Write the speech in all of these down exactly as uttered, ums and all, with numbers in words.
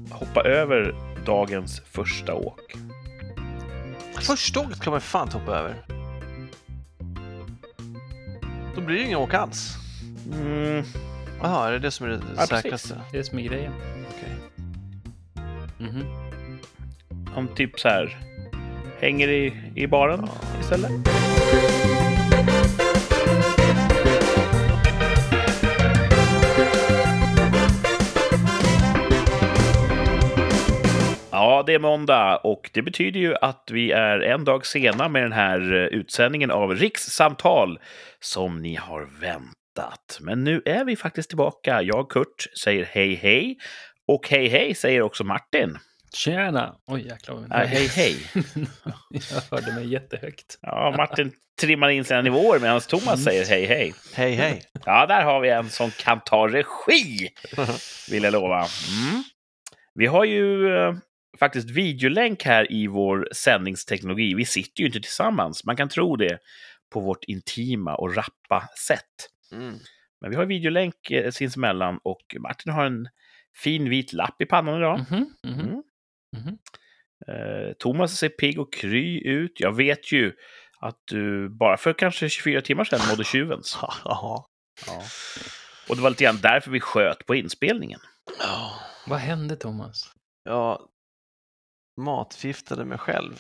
hoppa över dagens första åk. Första åket kan man fan hoppa över. Då blir det ingen åk alls. Mm. Jaha, är det det som är det Ja, säkraste? precis. Det är det som är grejen. Okej. Mhm. Om typ så här hänger i, i baren Ja. istället. Ja, det är måndag och det betyder ju att vi är en dag sena med den här utsändningen av Rikssamtal som ni har väntat. Men nu är vi faktiskt tillbaka. Jag, Kurt, säger hej hej och hej hej säger också Martin. Tjena! Oj, jäklar. Ja, hej hej. Jag hörde mig jättehögt. Ja, Martin trimmar in sina nivåer medan Thomas säger hej hej. Hej, hej. Ja, där har vi en som kan ta regi, vill jag lova. Mm. Vi har ju eh, faktiskt videolänk här i vår sändningsteknologi. Vi sitter ju inte tillsammans, man kan tro det, på vårt intima och rappa sätt. Mm. Men vi har videolänk eh, sinsemellan och Martin har en fin vit lapp i pannan idag. Mhm, mhm, Mm. mhm. Eh, Thomas ser pigg och kry ut. Jag vet ju att du bara för kanske tjugofyra timmar sedan mådde tjuvens. Jaha. Ja. Och det var lite grann därför vi sköt på inspelningen. Ja. Vad hände, Thomas? Jag matförgiftade mig själv.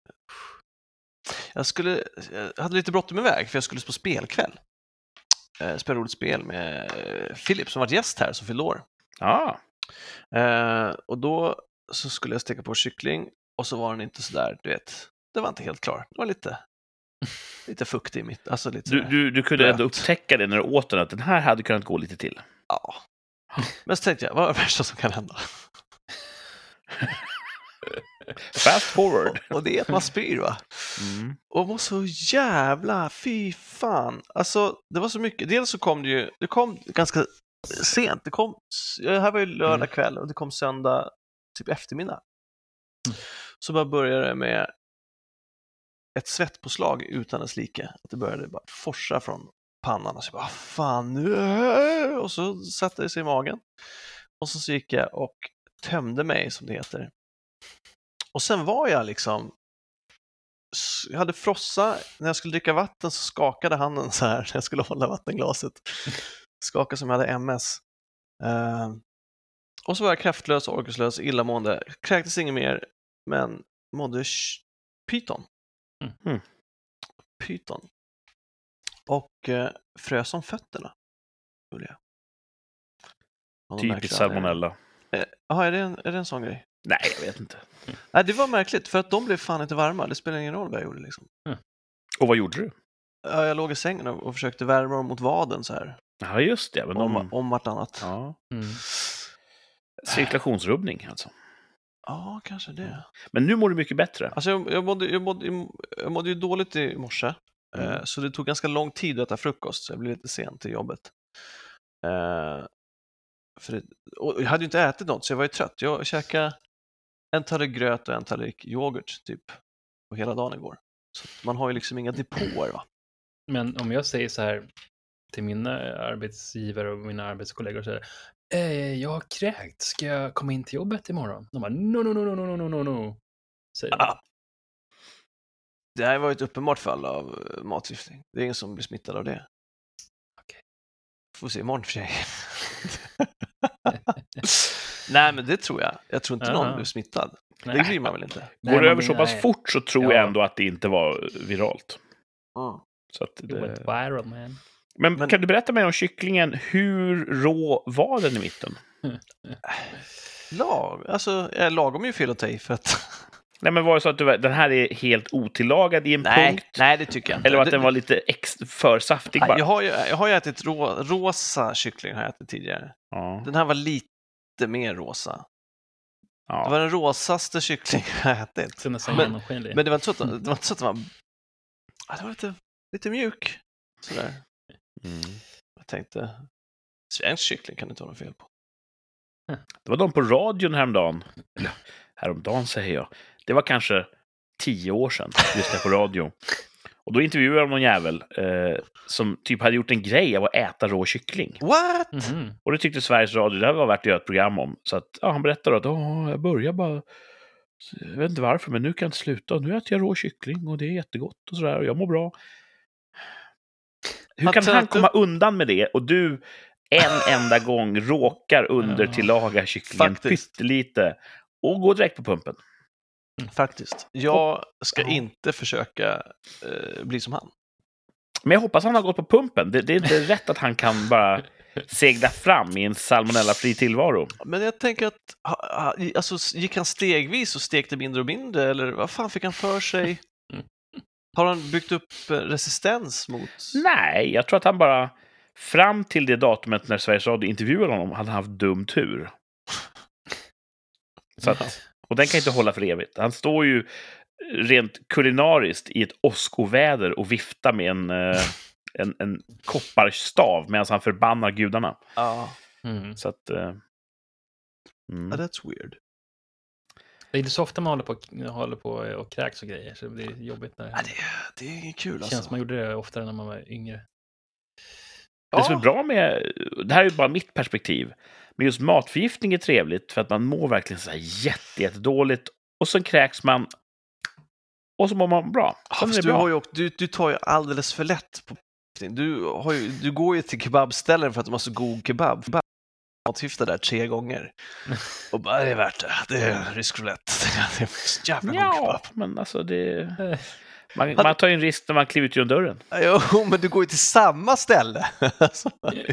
Jag skulle, jag hade lite bråttom iväg för jag skulle på spelkväll. Eh, spela roligt spel med Philip som varit gäst här som fyllde år. Ja. Eh, och då så skulle jag steka på kyckling och så var den inte så där, du vet. Det var inte helt klar. Det var lite lite fuktig i mitt, alltså lite Du, sådär. du, du kunde ändå blöt. upptäcka det när du åt den, att den här hade kunnat gå lite till. Ja. Men så tänkte jag, vad är det värsta som kan hända? Fast forward. Och det är att man spyr, va? Mm. Och var så jävla, fy fan. Alltså, det var så mycket. Dels så kom det ju, det kom ganska sent. Det kom, det här var ju lördag kväll och det kom söndag typ eftermiddag. Mm. Så bara började det med ett svettpåslag utan dess like. Att det började bara forsa från pannan och så bara, fan nu. Och så satte det sig i magen. Och så, så gick jag och tömde mig, som det heter. Och sen var jag liksom, jag hade frossa, när jag skulle dricka vatten så skakade handen så här när jag skulle hålla vattenglaset. Skakade som jag hade M S. Uh, och så var jag kraftlös, orkeslös, illamående. Kräktes inget mer, men mådde sh- pyton. Mm. Pyton. Och uh, frös om fötterna. Gjorde jag. Av någon märklig Typiskt salmonella. anledning. Eh, Jaha, är, det en- är det en sån grej? Nej, jag vet inte. Nej, det var märkligt, för att de blev fan inte varma. Det spelar ingen roll vad jag gjorde liksom. Och vad gjorde du? Ja, jag låg i sängen och och försökte värma dem mot vaden så här. Ja, just det. Men Om, de... om vartannat. Ja. Ja. Mm. Cirkulationsrubbning, alltså. Kanske det. Men nu mår du mycket bättre. Alltså jag, jag, mådde, jag, mådde, jag mådde ju dåligt i morse. Mm. Eh, så det tog ganska lång tid att äta frukost. Så jag blev lite sent till jobbet. Eh, för det, och jag hade ju inte ätit något så jag var ju trött. Jag käkade en tallrik gröt och en tallrik yoghurt typ på hela dagen igår. Så man har ju liksom inga depåer, va? Men om jag säger så här till mina arbetsgivare och mina arbetskollegor så här, eh, jag har kräkt, ska jag komma in till jobbet imorgon? De bara, no, no, no, no, no, no, no, no. Säger de. Ah. Det här var ett uppenbart fall av eh, matförgiftning. Det är ingen som blir smittad av det. Okej. Får se imorgon för sig. Nej, men det tror jag. Jag tror inte Aha. någon blir smittad. Nej. Det blir man väl inte? Går Nej, det man över blir- så pass nej. fort så tror Ja. jag ändå att det inte var viralt. Mm. Så att It went det... viral, man. Men, Men- kan du berätta mer om kycklingen? Hur rå var den i mitten? Lag, alltså, eh, lagom är ju fel att ta i för att... Nej, men var det så att du, var- den här är helt otillagad i en nej, punkt? nej, det tycker jag inte. Eller att det, den var lite ex- för saftig nej, bara? jag, har ju, jag har ju ätit rå, rosa kyckling, har jag ätit tidigare. Ja. Den här var lite mer rosa. Det Ja. var den rosaste kyckling jag har ätit. Så nästan Men- genomskinlig. Men det var inte så att, det var, inte så att den var... Ja, det var lite, lite mjuk. Sådär. Mm. Jag tänkte, svensk kyckling kan det inte vara något fel på. Det var de på radion häromdagen. Eller, häromdagen säger jag. Det var kanske tio år sedan, lyssnade på radio. Och då intervjuade de någon jävel eh, som typ hade gjort en grej av att äta rå kyckling. What? Mhm. Och det tyckte Sveriges Radio, det här var värt att göra ett program om. Så att, ja, han berättade att Åh, jag börjar bara, jag vet inte varför, men nu kan jag inte sluta. Nu äter jag rå kyckling och det är jättegott och sådär och jag mår bra. Hur Han kan han tänkte- komma undan med det och du en enda gång råkar undertillaga kycklingen Faktiskt. pyttelite och går direkt på pumpen? Faktiskt. Jag ska Ja. inte försöka eh, bli som han. Men jag hoppas han har gått på pumpen. Det, det är inte rätt att han kan bara segla fram i en salmonella-fri tillvaro. Men jag tänker att, ha- ha- alltså, gick han stegvis och stekte mindre och mindre? Eller vad fan fick han för sig? Har han byggt upp eh, resistens mot... Nej, jag tror att han bara fram till det datumet när Sveriges Radio intervjuade honom hade han haft dum tur. Så att, och den kan inte hålla för evigt. Han står ju rent kulinariskt i ett åskoväder och viftar med en, eh, en, en kopparstav medan han förbannar gudarna. Ja, Mm. Så att... Eh, mm. ja, that's weird. Det är inte så ofta man håller på, håller på och kräks och grejer, så det är jobbigt när det Ja, händer. det, det är inget kul Det känns alltså. som man gjorde det oftare när man var yngre. Det som är bra med... Det här är ju bara mitt perspektiv. Men just matförgiftning är trevligt för att man mår verkligen så här jätte, jätte dåligt. Och sen kräks man. Och så mår man bra. Ja, Sen är fast det du, bra. har ju, också- du, du tar ju alldeles för lätt på du, har ju, du går ju till kebabställen för att de har så god kebab. Matförgiftad där tre gånger. Och bara, det är värt det. Det är rysk roulette. Det är så jävla god Ja, kebab. men alltså det... Eh, Man, man tar ju en risk när man kliver ut genom dörren. Jo, men du går ju till samma ställe. Alltså,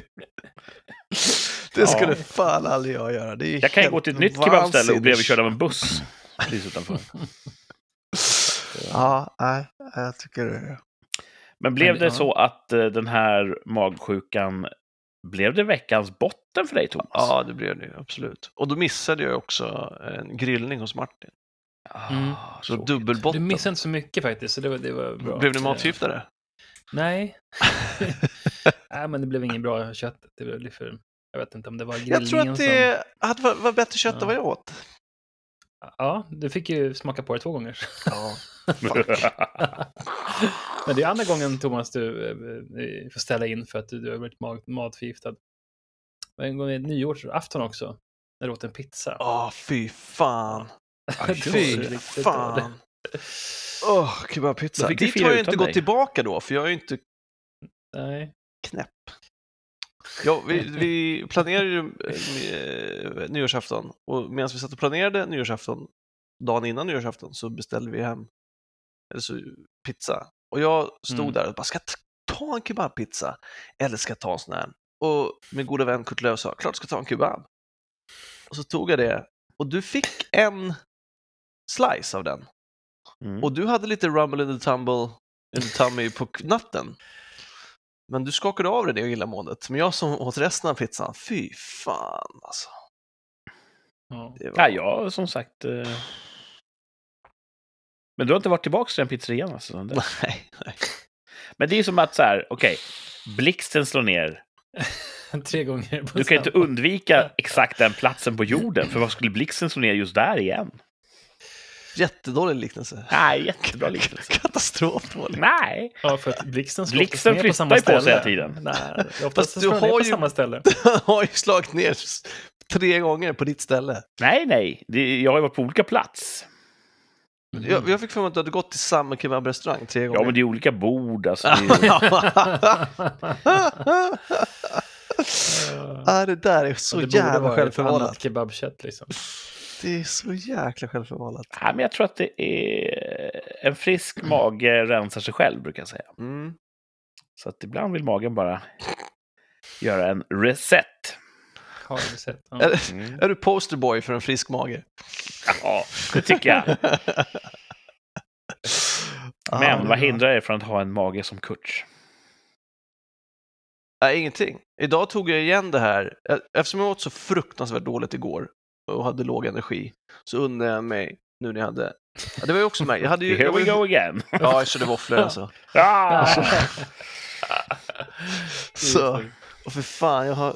det skulle Ja. fan aldrig jag göra. Det är Jag kan ju helt gå till ett nytt kebabställe och bli vansinnigt. överkörd av en buss. Precis utanför. Ja, nej, jag tycker det. Men blev Men, det ja. så att eh, den här magsjukan... Blev det veckans botten för dig, Thomas? Ja, det blev det ju, absolut. Och då missade jag också en grillning hos Martin. Mm. Ah, Så tråkigt. dubbelbotten. Du missade inte så mycket faktiskt, så det var, det var bra. Blev ni matförgiftade? Nej. Nej, men det blev ingen bra kött. Det blev för... Jag vet inte om det var grillningen Jag tror att som... det hade var, var bättre kött Ja. än vad jag åt. Ja, du fick ju smaka på det två gånger. Ja. Men det är andra gången, Thomas, du eh, får ställa in för att du, du har blivit mag- matförgiftad. Och en gång i nyårsafton också, när du åt en pizza. Åh, fy fan. Det var Fy riktigt fan. dåligt. Åh, kebabpizza. Då fick du Dit fira har jag utan inte gått dig. tillbaka då, för jag är ju inte Nej. knäpp. Ja, vi, vi planerade ju eh, nyårsafton, och medan vi satt och planerade nyårsafton, dagen innan nyårsafton, så beställde vi hem eller så, pizza. Och jag stod Mm. där och bara, ska jag t- ta en kebabpizza? Eller ska jag ta en sån här? Och min goda vän Kurt Löf sa, klart ska jag ta en kebab. Och så tog jag det, och du fick en slice av den. Mm. Och du hade lite rumble in the tumble in the tummy på k- natten. Men du skakade av dig det illamåendet. Men jag som åt resten av pizzan, fy fan alltså. Ja. Det var... Ja, jag som sagt... Eh... Men du har inte varit tillbaka till den pizzerian alltså? Sån där. Nej, nej. Men det är som att så här, okej, blixten slår ner. Tre gånger på Du kan ju inte samma. undvika exakt den platsen på jorden, för vad skulle blixten slå ner just där igen? Jättedålig liknelse. Nej, jättebra liknelse. Katastrofdålig. Nej, Ja, för att blixten slår Blixten oftast ner på flyttar samma ju på sig ställe. hela tiden. Nej, oftast Fast du slår den ner har på ju- samma ställe. Jag har ju slagit ner s- tre gånger på ditt ställe. nej, nej. Det, jag har ju varit på olika plats. Jag, jag fick för mig att du hade gått till samma kebabrestaurang tre gånger. Ja, men det är olika bord. Alltså, det är... ah, det där är så Och det borde jävla vara ett självförvållat. annat kebabkött liksom. Det är så jäkla självförvållat. Ja, men jag tror att det är en frisk mage rensar sig själv, brukar jag säga. Mm. Så att ibland vill magen bara göra en reset. Har vi sett. Ja. Är, Mm. är du posterboy för en frisk mage? Ja, det tycker jag. Men Ah, vad hindrar er från att ha en mage som Kurts? Nej, ingenting. Idag tog jag igen det här. Eftersom jag åt så fruktansvärt dåligt igår och hade låg energi, så undrade jag mig nu när jag hade... Ja, det var ju också mig. Jag hade ju... Here jag var we ju... go again. Ja, jag körde våfflor alltså. Ah! Så, och för fan, jag har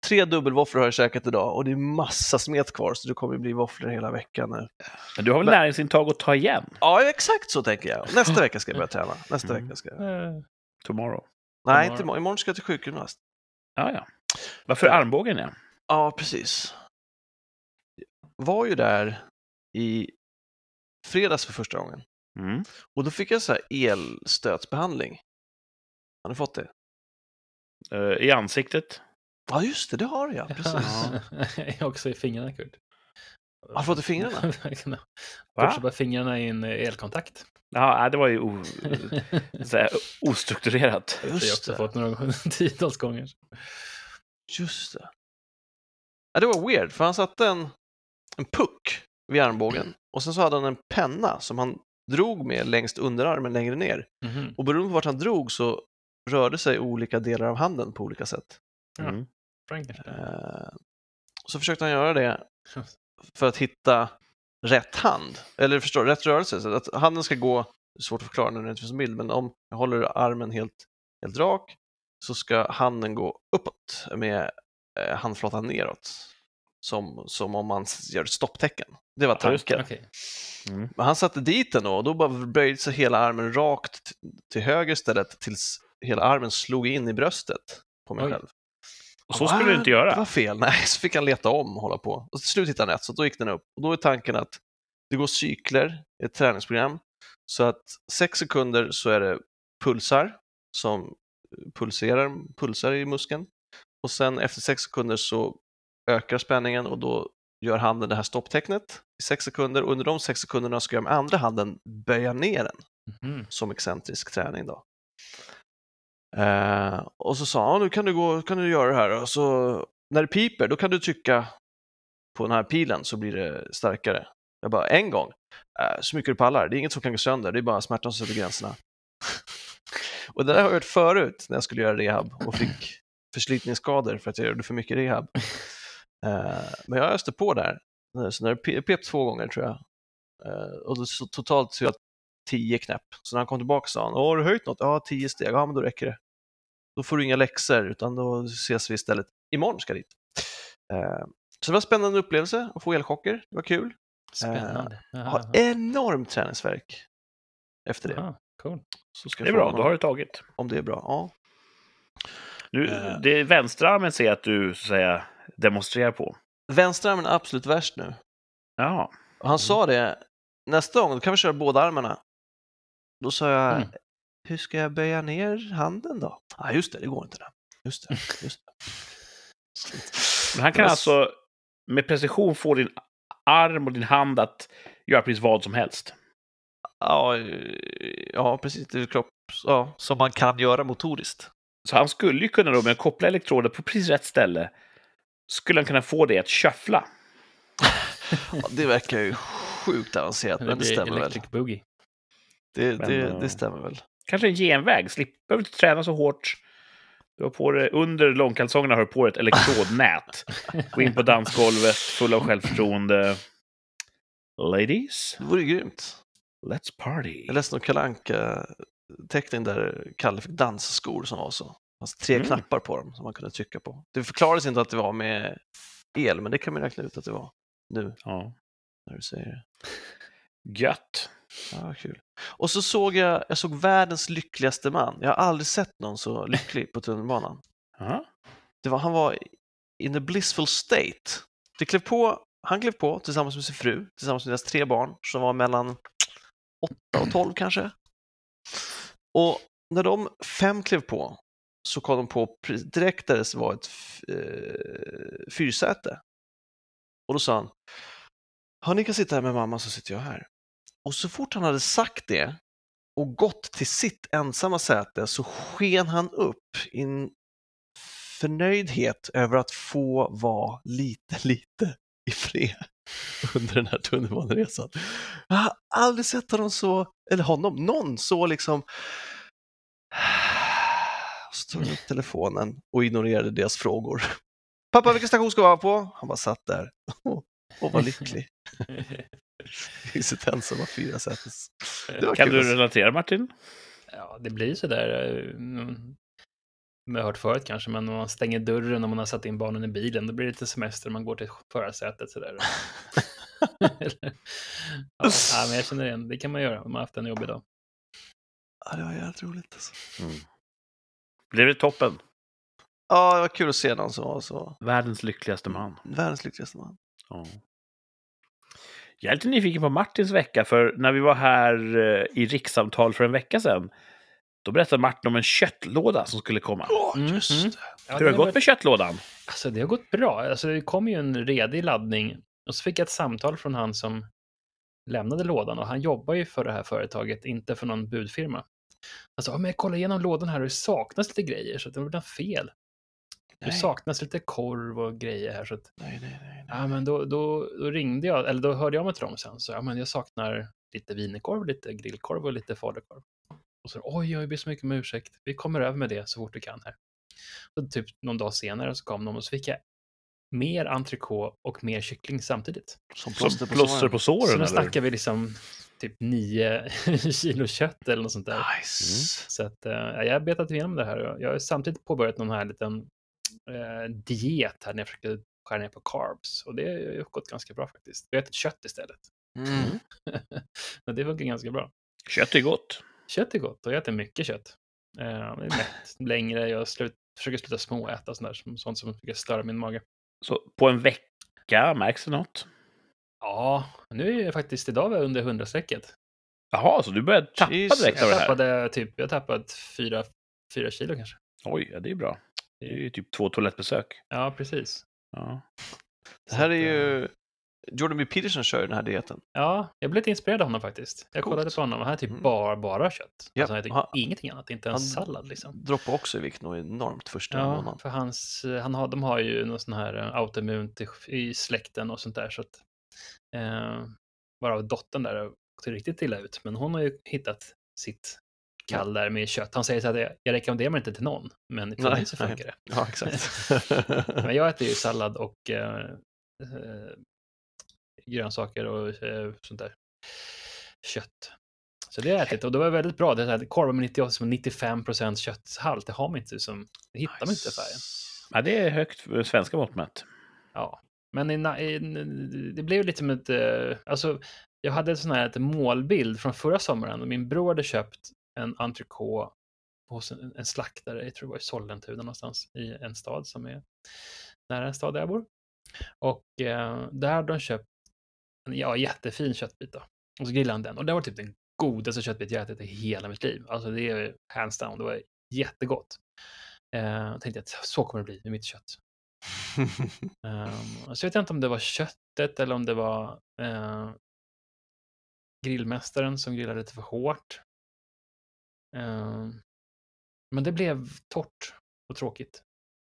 tre dubbelvåfflor har jag käkat idag och det är massa smet kvar så det kommer bli våfflor hela veckan nu. Men du har väl Men- näringsintag att ta igen? Ja, exakt så tänker jag. Nästa vecka ska jag börja träna. Nästa Mm. vecka ska jag. Eh, Tomorrow. Nej, Imorgon. inte imorgon. Imorgon ska jag till sjukgymnast. Ja, ja. Varför armbågen, ja? Ja, precis. Var ju där i fredags för första gången. Mm. Och då fick jag så här elstötsbehandling. Har ni fått det? Eh, I ansiktet. Ja, just det. Det har jag. Precis. Ja. jag också i fingrarna, Kurt. Har du fått i fingrarna? Va? Kurt bara fingrarna i en elkontakt. Ja, nej, det var ju o- så här, ostrukturerat. Det har jag Just också det. fått några gånger, tiotals gånger. Just det. Ja, det var weird, för han satte en, en puck vid armbågen och sen så hade han en penna som han drog med längst underarmen längre ner. Mhm. Och beroende på vart han drog så rörde sig olika delar av handen på olika sätt. Ja. Mm. Frankenstein. Eh, så försökte han göra det för att hitta rätt hand, eller förstår, rätt rörelse. Så att handen ska gå, det är svårt att förklara när det inte finns en bild, men om jag håller armen helt, helt rak så ska handen gå uppåt med eh, handflatan neråt. Som, som om man gör ett stopptecken. Det var Ja, just tanken. Okej. Mm. Men han satte dit den då, och då bara böjde sig hela armen rakt t- till höger istället tills hela armen slog in i bröstet på mig Oj. själv. Och så Jag skulle bara, du inte "Ah, göra." Det var fel. Nej, så fick han leta om och hålla på. Och till slut hittade han rätt, så då gick den upp. Och då är tanken att det går cykler i ett träningsprogram. Så att sex sekunder så är det pulsar som pulserar, pulsar i muskeln. Och sen efter sex sekunder så ökar spänningen och då gör handen det här stopptecknet i sex sekunder. Och under de sex sekunderna ska jag med andra handen böja ner den Mhm. som excentrisk träning då. Eh, och så sa han, nu kan du gå, kan du göra det här. Och så när det piper, då kan du trycka på den här pilen så blir det starkare. Jag bara, en gång, eh, så mycket du pallar. Det är inget som kan gå sönder, det är bara smärtan som sätter gränserna. Och det där har jag hört förut när jag skulle göra rehab och fick förslitningsskador för att jag gjorde för mycket rehab. Eh, men jag öste på där. Så när det pe- pep två gånger tror jag. Eh, och då, så, totalt så jag tio knäpp. Så när han kom tillbaka sa han, har du höjt något? Ja, tio steg. Ja, men då räcker det. Då får du inga läxor, utan då ses vi istället. Imorgon ska jag dit. Eh, så det var en spännande upplevelse att få elchocker. Det var kul. Spännande. Jag Jaha, har enorm träningsvärk efter det. jaha. Cool. Så ska Det är jag få bra, någon- då har du tagit. Om det är bra, ja. Nu, Eh. det är vänsterarmen ser jag att du så att säga, demonstrerar på. Vänsterarmen är absolut värst nu. Ja. Och han sa det, nästa gång då kan vi köra båda armarna. Då sa jag, Mm. hur ska jag böja ner handen då? Ja, ah, just det, det går inte. Där. Just det, just det. Men han kan Det var s- alltså med precision få din arm och din hand att göra precis vad som helst. Ja, eh, ja, precis. Det är kropp, ja, som man kan göra motoriskt. Så han skulle ju kunna då med att koppla elektroder på precis rätt ställe skulle han kunna få det att shuffla. Ja, det verkar ju sjukt avancerat, men det blir stämmer väl. Electric Boogie. Det, Men, det, eh, det stämmer väl. Kanske en genväg. Slipper inte träna så hårt. Du har på det, under långkalsongerna har du på dig ett elektrodnät. Gå in på dansgolvet, full av självförtroende. Ladies, Det vore ju grymt. let's party. Jag läste någon Kalle Anka-teckning där Kalle fick dansskor som var så. Det fanns tre Mm. knappar på dem som man kunde trycka på. Det förklarades inte att det var med el, men det kan man räkna ut att det var nu Ja. när du säger det. Gött. Ja, kul. Och så såg jag, jag såg världens lyckligaste man. Jag har aldrig sett någon så lycklig på tunnelbanan. Aha. Det var, han var in a blissful state. Det klev på, han klev på tillsammans med sin fru, tillsammans med deras tre barn som var mellan åtta och tolv kanske. Och när de fem klev på så kom de på pre- direkt där det var ett f- eh, fyrsäte. Och då sa han, ja, ni kan sitta här med mamma så sitter jag här. Och så fort han hade sagt det och gått till sitt ensamma säte så sken han upp i en förnöjdhet över att få vara lite, lite i fred under den här tunnelbaneresan. Jag har aldrig sett honom så, eller honom, någon så liksom. Så tog han upp telefonen och ignorerade deras frågor. Pappa, vilken station ska jag vara på? Han bara satt där och var lycklig i sitt ensamma fyra sätes. Det var Kan kul. du relatera, Martin? Ja, det blir så där. eh, mm, jag har hört förut kanske, men om man stänger dörren och man har satt in barnen i bilen, då blir det lite semester, man går till förarsätet sådär. Eller, ja, ja, men jag känner igen, det kan man göra om man har haft en jobbig dag. Ja, det var jävligt roligt alltså. Mm. Blev det toppen? Ja, det var kul att se någon som var så... Världens lyckligaste man. Världens lyckligaste man. Ja. Jag är lite nyfiken på Martins vecka, för när vi var här eh, i rikssamtal för en vecka sedan, då berättade Martin om en köttlåda som skulle komma. Åh, Mm, just mm. det. Ja, Hur har det gått varit- med köttlådan? Alltså det har gått bra. Alltså det kom ju en redig laddning och så fick jag ett samtal från han som lämnade lådan och han jobbar ju för det här företaget, inte för någon budfirma. Alltså, ja, men jag kollar igenom lådan här och det saknas lite grejer så att det var något fel. Det Nej. saknas lite korv och grejer här så att, Nej, nej, nej. nej. ja men då, då, då ringde jag, eller då hörde jag mig till dem sen, så ja men jag saknar lite wienerkorv, lite grillkorv och lite falukorv. Och så, oj, jag ber så mycket om ursäkt, vi kommer över med det så fort du kan här. Så typ någon dag senare så kom de och så fick jag mer entrecote och mer kyckling samtidigt. Som Som plåster på plåster såren. på såren? Så nu eller? snackar vi liksom typ nio kilo kött eller något sånt där. Nice. Så att, eh, jag har betat igenom det här. Jag har samtidigt påbörjat någon här liten eh, diet här när jag försöker skära ner på carbs. Och det har ju gått ganska bra faktiskt. Jag äter kött istället. Mm. Men det funkar ganska bra. Kött är gott. Kött är gott och jag äter mycket kött. Eh, jag är mätt längre. Jag slut, försöker sluta småäta sånt, där, som- sånt som försöker störa min mage. Så på en vecka märks det något? Ja, nu är jag faktiskt idag var jag under hundrastrecket. Jaha, så du började tappa Jesus. direkt av Jag det här? tappade typ, jag tappade fyra, fyra kilo kanske. Oj, ja, det är bra. Det är ju typ två toalettbesök. Ja, precis. Ja. Det här är Så att, eh, ju... Jordan B. Peterson kör ju den här dieten. Ja, jag blev lite inspirerad av honom faktiskt. Jag Coolt. kollade på honom och han är typ Mm. bara, bara kött. Ja, Alltså han äter han- ingenting annat, inte en han- sallad liksom. Droppar också i vikt nog enormt första Ja, månaden. för hans, han har, de har ju någon sån här eh, autoimmun till- i släkten och sånt där så att eh, bara dottern där åkte riktigt illa ut. Men hon har ju hittat sitt kall där med kött. Han säger så att jag, jag rekommenderar mig inte till någon, men för Nej, mig så nej. funkar det. Ja, exakt. Men jag äter ju sallad och eh, eh, grönsaker och eh, sånt där. Kött. Så det har jag ätit och det var väldigt bra. Det här korvar med nittioåtta, som nittiofem procent kötthalt, det har man inte som, det hittar man inte i färgen. Ja, det är högt för svenska mått mätt. Ja, men i, na- i, det blev lite som ett, eh, alltså jag hade en sån här ett målbild från förra sommaren och min bror hade köpt en entrecote hos en, en slaktare, jag tror det var i Sollentuna någonstans i en stad som är nära en stad där jag bor. Och eh, där hade de köpt en ja, jättefin köttbit då. Och så grillade han den och det var typ den godaste köttbit jag ätit i hela mitt liv. Alltså det är hands down, det var jättegott. Eh, jag tänkte att så kommer det bli med mitt kött. Um, så vet jag inte om det var köttet eller om det var uh, grillmästaren som grillade lite för hårt. Um, men det blev torrt och tråkigt.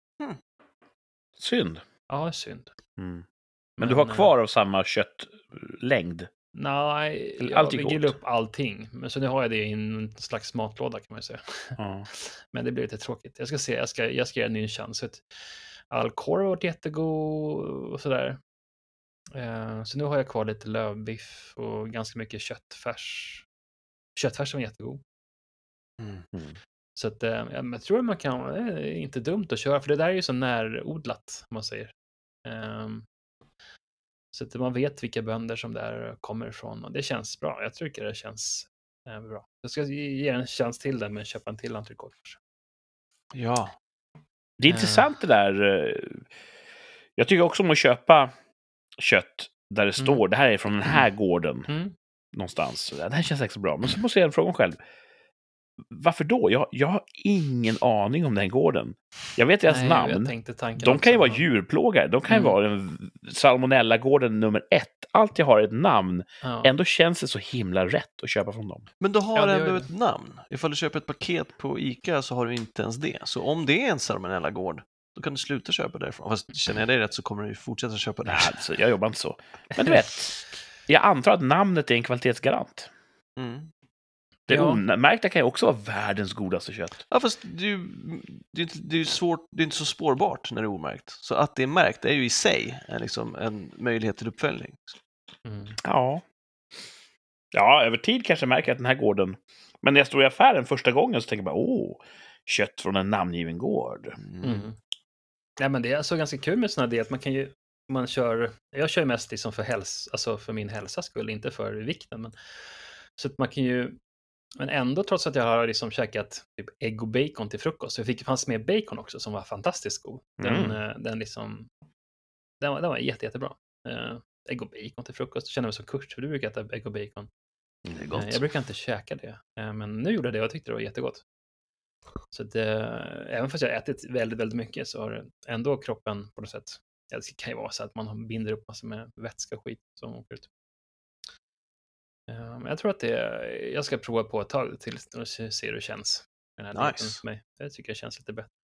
Synd. Ja, synd. Mm. Men, Men, du har eh, kvar av samma köttlängd? Nej, Eller ja, allt är vi gott. grillade upp allting. Men så nu har jag det i en slags matlåda kan man ju säga. Ja. Men det blir lite tråkigt. Jag ska se, jag ska, jag ska ge en ny chans. Vet, all korv har varit jättegod och sådär. Eh, så nu har jag kvar lite lövbiff och ganska mycket köttfärs. Köttfärs som är jättegod. Mm. Mm. Så att, eh, ja, men jag tror att man kan, det är inte dumt att köra, för det där är ju så närodlat, om man säger. Ehm, så att man vet vilka bönder som där kommer ifrån och det känns bra. Jag tycker det känns eh, bra. Jag ska ge ge en chans till där med att köpa en till entrecote kanske. Ja. Det är Eh. intressant det där. eh, Jag tycker också om att köpa kött där det står, det här är från den här gården Mm. någonstans. Det här känns extra bra. Men så måste jag fråga mig själv. Varför då? Jag, jag har ingen aning om den gården. Jag vet deras Nej, namn. jag tänkte tanken De kan ju också. vara djurplågare. De kan ju Mm. vara en salmonella-gården nummer ett. Allt jag har är ett namn. Ja. Ändå känns det så himla rätt att köpa från dem. Men du har Ja, det gör ändå det. ett namn. Ifall du köper ett paket på ICA så har du inte ens det. Så om det är en salmonella-gård, då kan du sluta köpa därifrån. Fast känner jag dig rätt så kommer du ju fortsätta köpa där. Nej, alltså, jag jobbar inte så. Men du vet, jag antar att namnet är en kvalitetsgarant. Mm. Det Ja. omärkta kan ju också vara världens godaste kött. Ja, fast det är ju det är inte, det är ju svårt, det är inte så spårbart när det är omärkt. Så att det är märkt är ju i sig en, liksom, en möjlighet till uppföljning. Mm. Ja. Ja, över tid kanske jag märker att den här gården... Men när jag står i affären första gången så tänker jag bara, åh, kött från en namngiven gård. Mm. Mm. Ja, men det är alltså ganska kul med sådana där att man kan ju, man kör, jag kör ju mest liksom för häls, alltså för min hälsas skull, inte för vikten, men så att man kan ju, men ändå trots att jag har liksom käkat typ ägg och bacon till frukost, så jag fick, fanns med bacon också som var fantastiskt god. Den, Mm. eh, den liksom, den var, den var jätte, jättebra. Uh, ägg och bacon till frukost, jag känner mig som kurs, för du brukar äta ägg och bacon. Det är Uh, gott. jag brukar inte käka det, uh, men nu gjorde jag det och jag tyckte det var jättegott. Så att, uh, även fast jag har ätit väldigt, väldigt mycket så har ändå kroppen på något sätt, ja, det kan ju vara så att man binder upp massor med vätska och skit som åker ut. Uh, men jag tror att det, jag ska prova på ett tag till och se hur det känns. Den här dieten Nice. för mig. Det tycker jag känns lite bättre.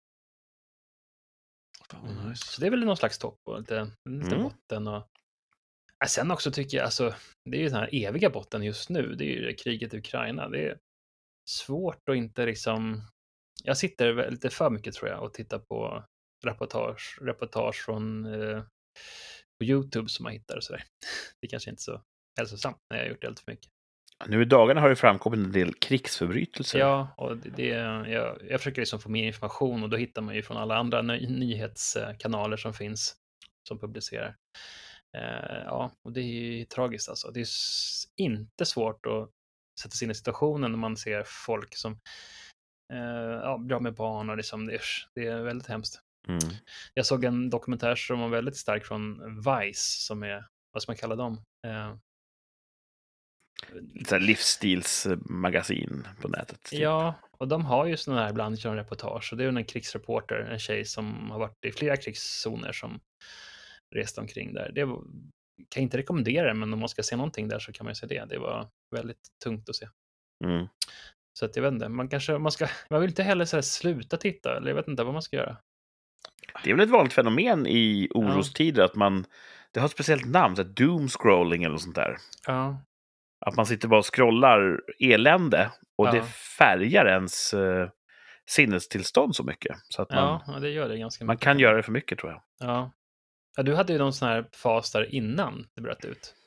Fan, vad Mm. nice. Så det är väl någon slags topp och lite, lite Mm. botten. Och... Ja, sen också tycker jag, alltså, det är ju den här eviga botten just nu. Det är ju kriget i Ukraina. Det är svårt att inte liksom... Jag sitter väl lite för mycket tror jag och tittar på reportage, reportage från eh, på YouTube som man hittar och sådär. Det är kanske inte så hälsosamt när jag har gjort det alldeles för mycket. Nu i dagarna har det framkommit en del krigsförbrytelser. Ja, och det, det, jag, jag försöker liksom få mer information och då hittar man ju från alla andra ny, nyhetskanaler som finns som publicerar. Eh, ja, och det är ju tragiskt alltså. Det är s- inte svårt att sätta sig in i situationen när man ser folk som eh, ja, bra med barn och liksom, det, är, det är väldigt hemskt. Mm. Jag såg en dokumentär som var väldigt stark från Vice som är, vad ska man kalla dem? Eh, Lite så här livsstilsmagasin på nätet. Typ. Ja, och de har ju sådana här ibland kör reportage och det är en krigsreporter, en tjej som har varit i flera krigszoner som rest omkring där. Det var, kan jag inte rekommendera det, men om man ska se någonting där så kan man ju se det. Det var väldigt tungt att se. Mm. Så att jag vet inte, man kanske, man ska, man vill inte heller så här sluta titta, eller jag vet inte vad man ska göra. Det är väl ett vanligt fenomen i orostider att man, det har ett speciellt namn, så här doom scrolling eller något sånt där. Ja, Att man sitter bara och scrollar elände och Ja. det färgar ens eh, sinnestillstånd så mycket. Så att man, ja, ja, det gör det ganska man mycket. kan göra det för mycket tror jag. Ja. Ja, du hade ju någon sån här fas där innan det bröt ut.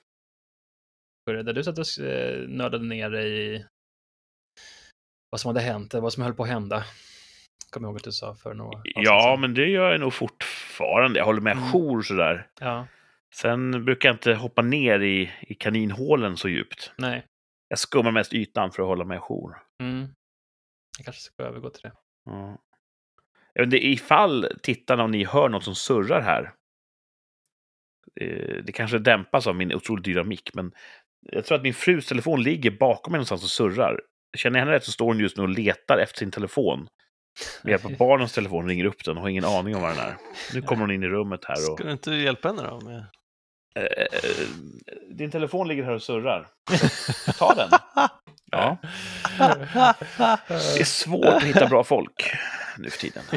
Där du satt och eh, nördade ner dig i vad som hade hänt, vad som höll på att hända. Kommer jag ihåg att du sa för några avsnitt Ja, sedan. men det gör jag nog fortfarande. Jag håller med Mm. jour sådär. Ja, Sen brukar jag inte hoppa ner i, i kaninhålen så djupt. nej. Jag skummar mest ytan för att hålla mig jour. Mm. Jag kanske ska övergå till det. Ja. Jag vet inte, ifall tittarna och ni hör något som surrar här. Eh, det kanske dämpas av min otroligt dyra mick, men jag tror att min frus telefon ligger bakom mig någonstans och surrar. Känner jag henne rätt så står hon just nu och letar efter sin telefon. Med hjälp av barnens telefon ringer upp den och har ingen aning om vad den är. Nu kommer hon in i rummet här och... Ska du inte hjälpa henne då? Med... Eh, din telefon ligger här och surrar. Ta den. Ja. Det är svårt att hitta bra folk nu för tiden.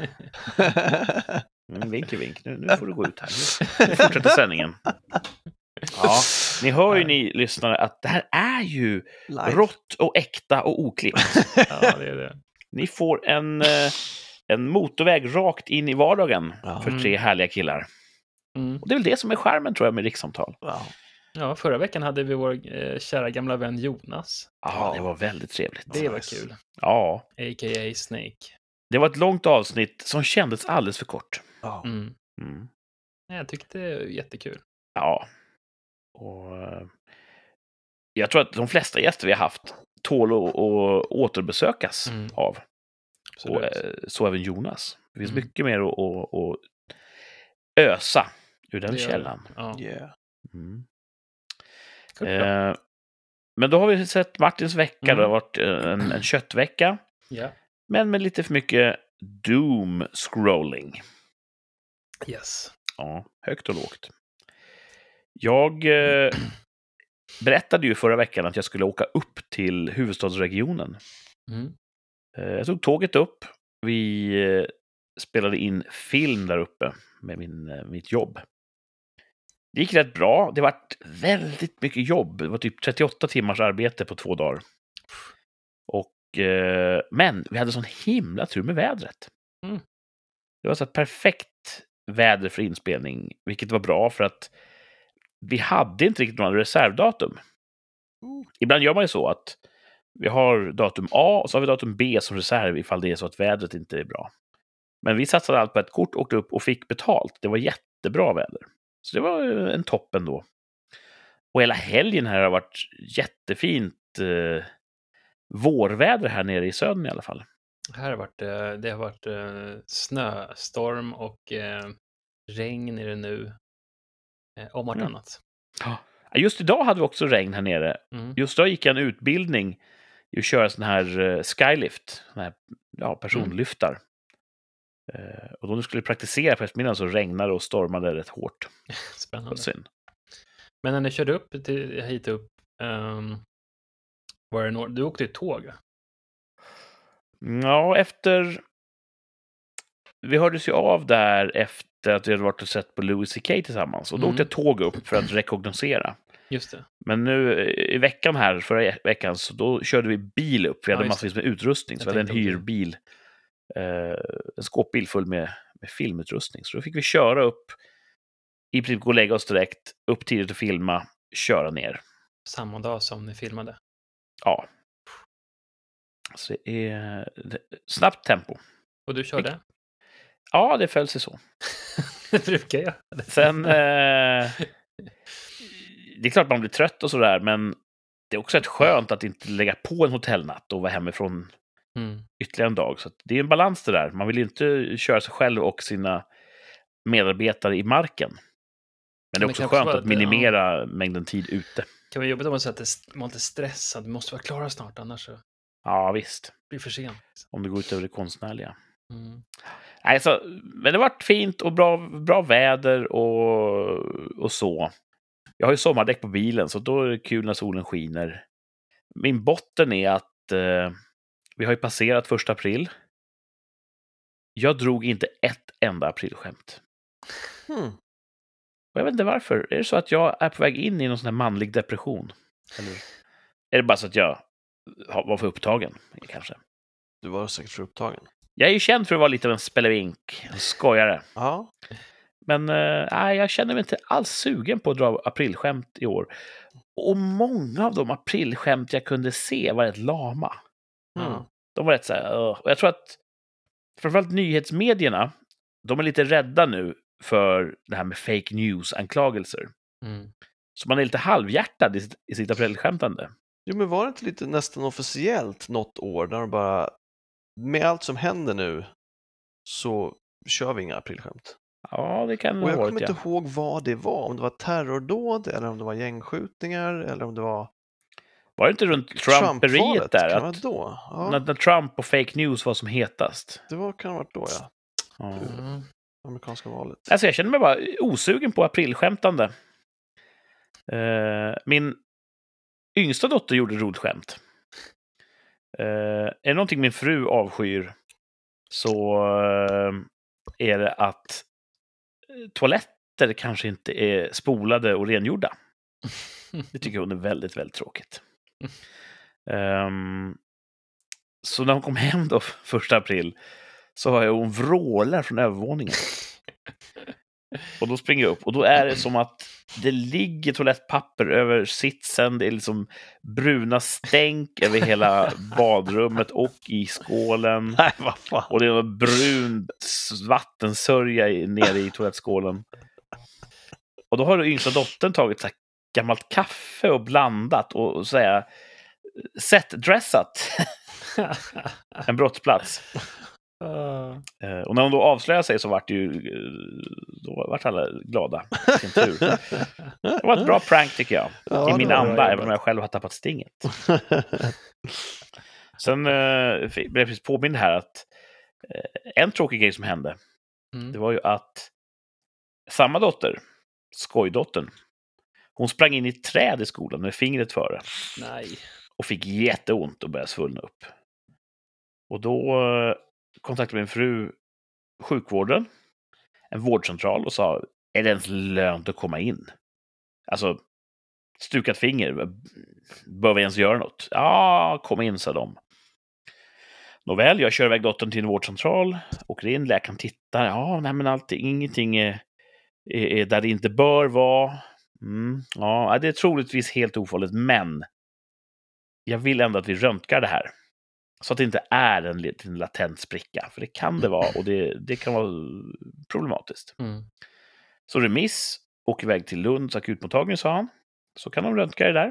Mm, vink i vink. Nu, nu får du gå ut här. Nu fortsätter sändningen. Ja, ni hör ju ni lyssnare att det här är ju Live. rått och äkta och oklippt. Ja, det är det. Ni får en, eh, en motorväg rakt in i vardagen Ja. för tre härliga killar. Mm. Och det är väl det som är skärmen tror jag med rikssamtal. Wow. Ja, förra veckan hade vi vår eh, kära gamla vän Jonas. Ja, det var väldigt trevligt. Det var nice. kul. Ja, A K A Snake. det var ett långt avsnitt som kändes alldeles för kort. Ja. Mm. Mm. Nej, jag tyckte det var jättekul. Ja. Och eh, jag tror att de flesta gäster vi har haft tål att att återbesökas Mm. av. Absolut. Och eh, så även Jonas. Det finns Mm. mycket mer att, att, att ösa ur den Det gör det. källan. Ja. Yeah. Mm. Kul, bra. Eh, men då har vi sett Martins vecka. Mm. Det har varit eh, en, en köttvecka. Ja. Men med lite för mycket doom scrolling. Yes. Ja, högt och lågt. Jag eh, berättade ju förra veckan att jag skulle åka upp till huvudstadsregionen. Mm. Eh, jag tog tåget upp. Vi eh, spelade in film där uppe med min, eh, mitt jobb. Det gick rätt bra. Det var väldigt mycket jobb. Det var typ trettioåtta timmars arbete på två dagar. Och, eh, men vi hade sån himla tur med vädret. Mm. Det var så ett perfekt väder för inspelning, vilket var bra för att vi hade inte riktigt några reservdatum. Mm. Ibland gör man ju så att Vi har datum A och så har vi datum B som reserv ifall det är så att vädret inte är bra. Men vi satsade allt på ett kort, åkte upp och fick betalt. Det var jättebra väder. Så det var en toppen då. Och hela helgen här har varit jättefint eh, vårväder här nere i södern i alla fall. Här har varit, eh, det har varit eh, snöstorm och eh, regn är det nu. Eh, om vartannat. Mm. Just idag hade vi också regn här nere. Mm. Just då gick jag en utbildning i att köra sån här uh, skylift, sån här ja, personlyftar. Mm. Uh, och då skulle vi praktisera på eftermiddagen så regnade och stormade rätt hårt. Spännande. Synd. Men när ni körde upp till, hit upp, um, var det no- du åkte ett tåg? Ja, efter... Vi hördes ju av där efter att vi hade varit och sett på Louis C K tillsammans. Och då Mm. åkte jag tåg upp för att rekognosera. Just det. Men nu i veckan här, förra veckan, så då körde vi bil upp. Vi Ja, hade just massvis med utrustning. Så Jag vi hade en tänkte hyrbil. Eh, en skåpbil full med, med filmutrustning. Så då fick vi köra upp, i princip gå och lägga oss direkt, upp tidigt och filma, köra ner. Samma dag som ni filmade. Ja. Så det är det, snabbt tempo. Och du körde? Ja, det föll sig så. Det brukar jag. Sen, eh, det är klart man blir trött och sådär, men det är också ett skönt att inte lägga på en hotellnatt och vara hemifrån Mm. ytterligare en dag. Så att det är en balans det där. Man vill inte köra sig själv och sina medarbetare i marken. Men det är Men också kanske skönt bara att att- minimera mängden tid ute. Det kan vara jobbigt om man säger att man inte är stressad. Du måste vara klara snart, annars så Ja, visst. blir det för sent. Om det går ut över det konstnärliga. Mm. Nej, så, men det har varit fint och bra, bra väder och, och så. Jag har ju sommardäck på bilen, så då är det kul när solen skiner. Min botten är att eh, vi har ju passerat första april. Jag drog inte ett enda aprilskämt. Hmm. Och jag vet inte varför. Är det så att jag är på väg in i någon sån här manlig depression? Eller är det bara så att jag var för upptagen, kanske? Du var säkert för upptagen. Jag är ju känd för att vara lite av en spelevink, en skojare. Ja. Men eh, nej, jag känner mig inte alls sugen på att dra aprilskämt i år. Och många av de aprilskämt jag kunde se var rätt lama. Mm. De var rätt så här, uh. Och jag tror att framförallt nyhetsmedierna, de är lite rädda nu för det här med fake news-anklagelser. Mm. Så man är lite halvhjärtad i sitt, i sitt aprilskämtande. Jo, men var det inte lite nästan officiellt något år där de bara, med allt som händer nu så kör vi inga aprilskämt. Ja, det kan Och jag ha kommer varit, inte ja. ihåg vad det var, om det var terrordåd eller om det var gängskjutningar eller om det var Var det inte runt Trumperiet Trump-valet. där? Kan det Att, vara då? Ja, när, när Trump och fake news var som hetast. det var, kan ha varit då, ja. Ja. Mm. Amerikanska valet. Alltså jag känner mig bara osugen på aprilskämtande. Uh, min yngsta dotter gjorde rodskämt. Uh, är det någonting min fru avskyr så uh, är det att toaletter kanske inte är spolade och rengjorda. Det tycker hon är väldigt, väldigt tråkigt. Um, så när hon kom hem då första april så har jag hon vrålar från övervåningen. Och då springer jag upp och då är det som att det ligger toalettpapper över sitsen. Det är liksom bruna stänk över hela badrummet och i skålen. Nej, vad fan. Och det är en brun vattensörja i- nere i toalettskålen. Och då har den yngsta dottern tagit så här gammalt kaffe och blandat och, och säga set-dressat en brottsplats. Ah. Eh, och när hon då avslöjade sig så vart det ju eh, då vart alla glada. Vilken tur. Det var ett bra prank tycker jag. Ja, I det min var bra anda, även jobbat. om jag själv har tappat stinget. Sen eh, fick- blev jag precis påmind här att eh, en tråkig grej som hände, Mm. det var ju att samma dotter, skojdottern, hon sprang in i ett träd i skolan med fingret före Nej. och fick jätteont och började svullna upp. Och då eh, kontaktade min fru sjukvården, en vårdcentral, och sa, är det ens lönt att komma in? Alltså, stukat finger, bör vi ens göra något? Ja, kom in, sa de. Nåväl, jag kör iväg dottern till en vårdcentral, åker in, läkaren tittar, ja, nej men allting, ingenting är, är, är där det inte bör vara. Mm, ja, det är troligtvis helt ofarligt, men jag vill ändå att vi röntgar det här. Så att det inte är en liten latent spricka. För det kan det vara och det, det kan vara problematiskt. Mm. Så remiss, åker iväg till Lunds akutmottagning, sa han. Så kan de röntga det där.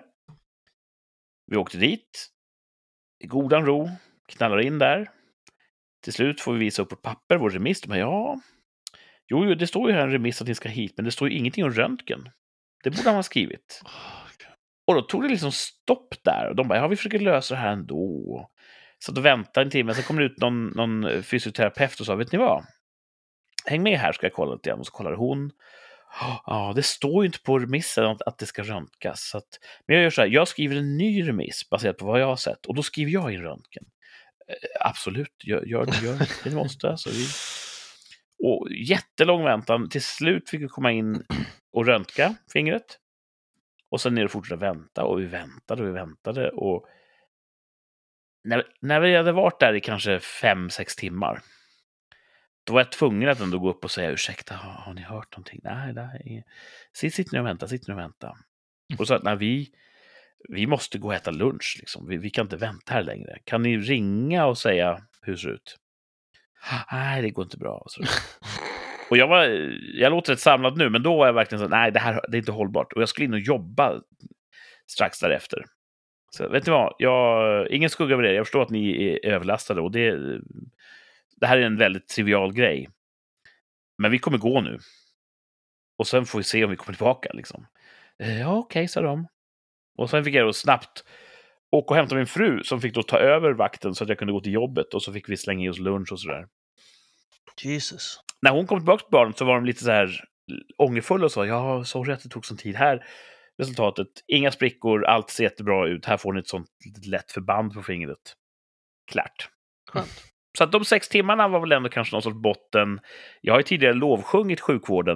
Vi åkte dit. I godan ro. Knallar in där. Till slut får vi visa upp på papper vår remiss. De bara, ja, jo, jo, det står ju här en remiss att ni ska hit. Men det står ju ingenting om röntgen. Det borde han ha skrivit. Och då tog det liksom stopp där. Och de bara, ja, vi försöker lösa det här ändå. Så då väntade en timme. Sen kom det ut någon, någon fysioterapeut och sa, vet ni vad? Häng med här, ska jag kolla lite grann. Och så kollar hon. Ja, det står ju inte på remissen att, att det ska röntgas. Så att, men jag gör så här, jag skriver en ny remiss baserat på vad jag har sett. Och då skriver jag in röntgen. Eh, absolut, gör, gör det, gör det. Det måste. Alltså, vi... Och jättelång väntan. Till slut fick vi komma in och röntga fingret. Och sen ner och fortsätta vänta. Och vi väntade och vi väntade. Och när, när vi hade varit där i kanske fem, sex timmar. Då var jag tvungen att ändå gå upp och säga, ursäkta, har, har ni hört någonting? Nej, nej. Sitt, sitt nu och vänta, sitt nu och vänta. Och så att när vi, vi måste gå och äta lunch. Liksom. Vi, vi kan inte vänta här längre. Kan ni ringa och säga hur det ser ut? Nej, det går inte bra. Så. Och jag var, jag låter rätt samlad nu, men då var jag verkligen så, nej, det här det är inte hållbart. Och jag skulle in och jobba strax därefter. Så vet ni vad, jag, ingen skugga över det. Jag förstår att ni är överlastade och det, det här är en väldigt trivial grej. Men vi kommer gå nu. Och sen får vi se om vi kommer tillbaka. Liksom. Ja, okej, okay, sa de. Och sen fick jag då snabbt åka och hämta min fru som fick då ta över vakten så att jag kunde gå till jobbet. Och så fick vi slänga i oss lunch och sådär. Jesus. När hon kom tillbaka till barnet så var de lite så här ångerfulla och sa, ja, sorry att det tog sån tid här. Resultatet, inga sprickor, allt ser jättebra ut. Här får ni ett sånt litet lätt förband på fingret. Klart. Skönt. Så att de sex timmarna var väl ändå kanske någon sorts botten. Jag har ju tidigare lovsjungit sjukvården.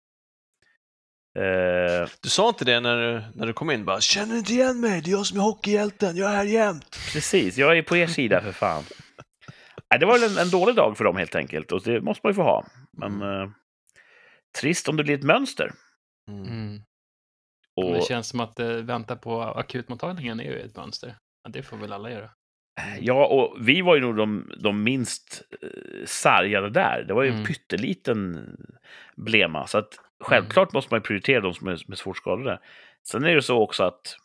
Eh... Du sa inte det när du, när du kom in, bara, känner inte igen mig, det är jag som är hockeyhjälten, jag är här jämt. Precis, jag är på er sida för fan. Nej, det var en, en dålig dag för dem helt enkelt, och det måste man ju få ha. Men eh, trist om det blir ett mönster. Mm. Och... Det känns som att eh, vänta på akutmottagningen är ju ett mönster. Ja, det får väl alla göra. Ja, och vi var ju nog de, de minst eh, sargade där. Det var ju en Mm. pytteliten blema. Så att självklart mm. måste man prioritera de som är, som är svårt skadade. Sen är det så också att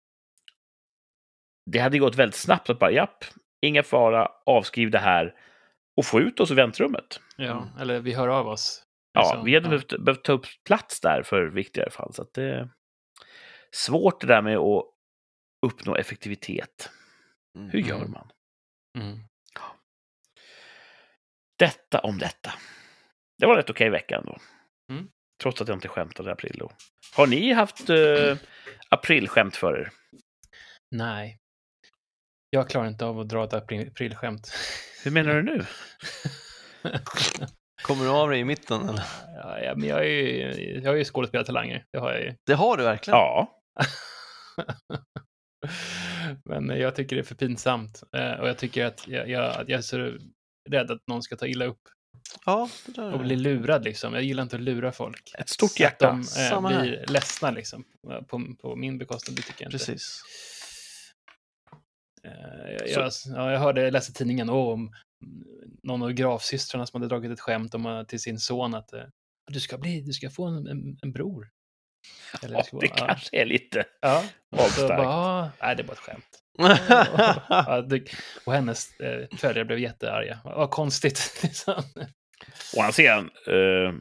det hade gått väldigt snabbt att bara, japp, inga fara, avskriv det här och få ut oss i väntrummet. Ja, Mm. eller vi hör av oss. Ja, Alltså, vi hade ja. behövt, behövt ta upp plats där för viktigare fall. Så att det är svårt det där med att uppnå effektivitet. Mm. Hur gör man? Mm. Detta om detta. Det var rätt okej vecka ändå. Mm. Trots att jag inte skämtade i april då. Har ni haft uh, aprilskämt för er? Nej. Jag klarar inte av att dra ett april- aprilskämt. Hur menar du nu? Kommer du av dig i mitten eller? Ja, ja, men jag är ju, jag är ju skådespelartalanger. Det har jag ju. Det har du verkligen. Ja. Men jag tycker det är för pinsamt. Eh, och jag tycker att jag, jag, att jag är så rädd att någon ska ta illa upp. Ja, det där Och bli lurad liksom. Jag gillar inte att lura folk. Ett stort Så att hjärta. de eh, Samma här. blir ledsna liksom. På, på min bekostnad, det tycker jag inte. Precis. Eh, jag, jag, ja, jag hörde, jag läste tidningen om någon av gravsystrarna som hade dragit ett skämt om, till sin son att eh, du ska bli, du ska få en, en, en bror. Eller Ja, ska det vara, ja. kanske är lite Ja, så magstarkt. bara, ah, nej, det är bara ett skämt. Ja, det, och hennes eh, följare blev jättearga. Vad konstigt. Liksom. Å andra sidan, eh,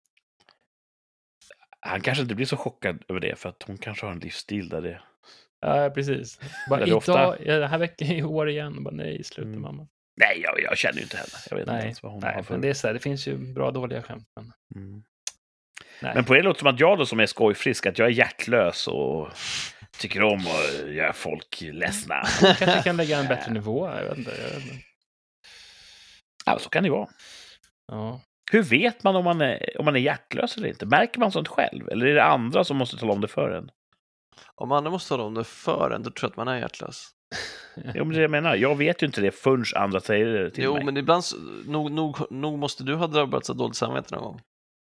han kanske inte blir så chockad över det för att hon kanske har en livsstil där det... Ja, precis. Bara, Eller idag, ofta. ja, den här veckan i år igen. Och bara, nej, sluta Mm. mamma. Nej, jag, jag känner ju inte henne. Jag vet inte Nej, ens vad hon nej har för... men det är så här, det finns ju bra och dåliga skämt. Men, Mm. nej. Men på det låter som att jag då som är skojfrisk, att jag är hjärtlös och tycker om att göra folk ledsna. Kanske kan lägga en bättre nivå. Jag vet inte. Jag vet inte. Ja, så kan det vara. Ja. Hur vet man om man, är, om man är hjärtlös eller inte? Märker man sånt själv? Eller är det andra som måste tala om det för en? Om andra måste tala om det för en, då tror jag att man är hjärtlös. Jo, men det jag menar. Jag vet ju inte det förrän andra säger det till Jo, mig. men ibland, så- nog, nog, nog måste du ha drabbats av dåligt samvete någon gång.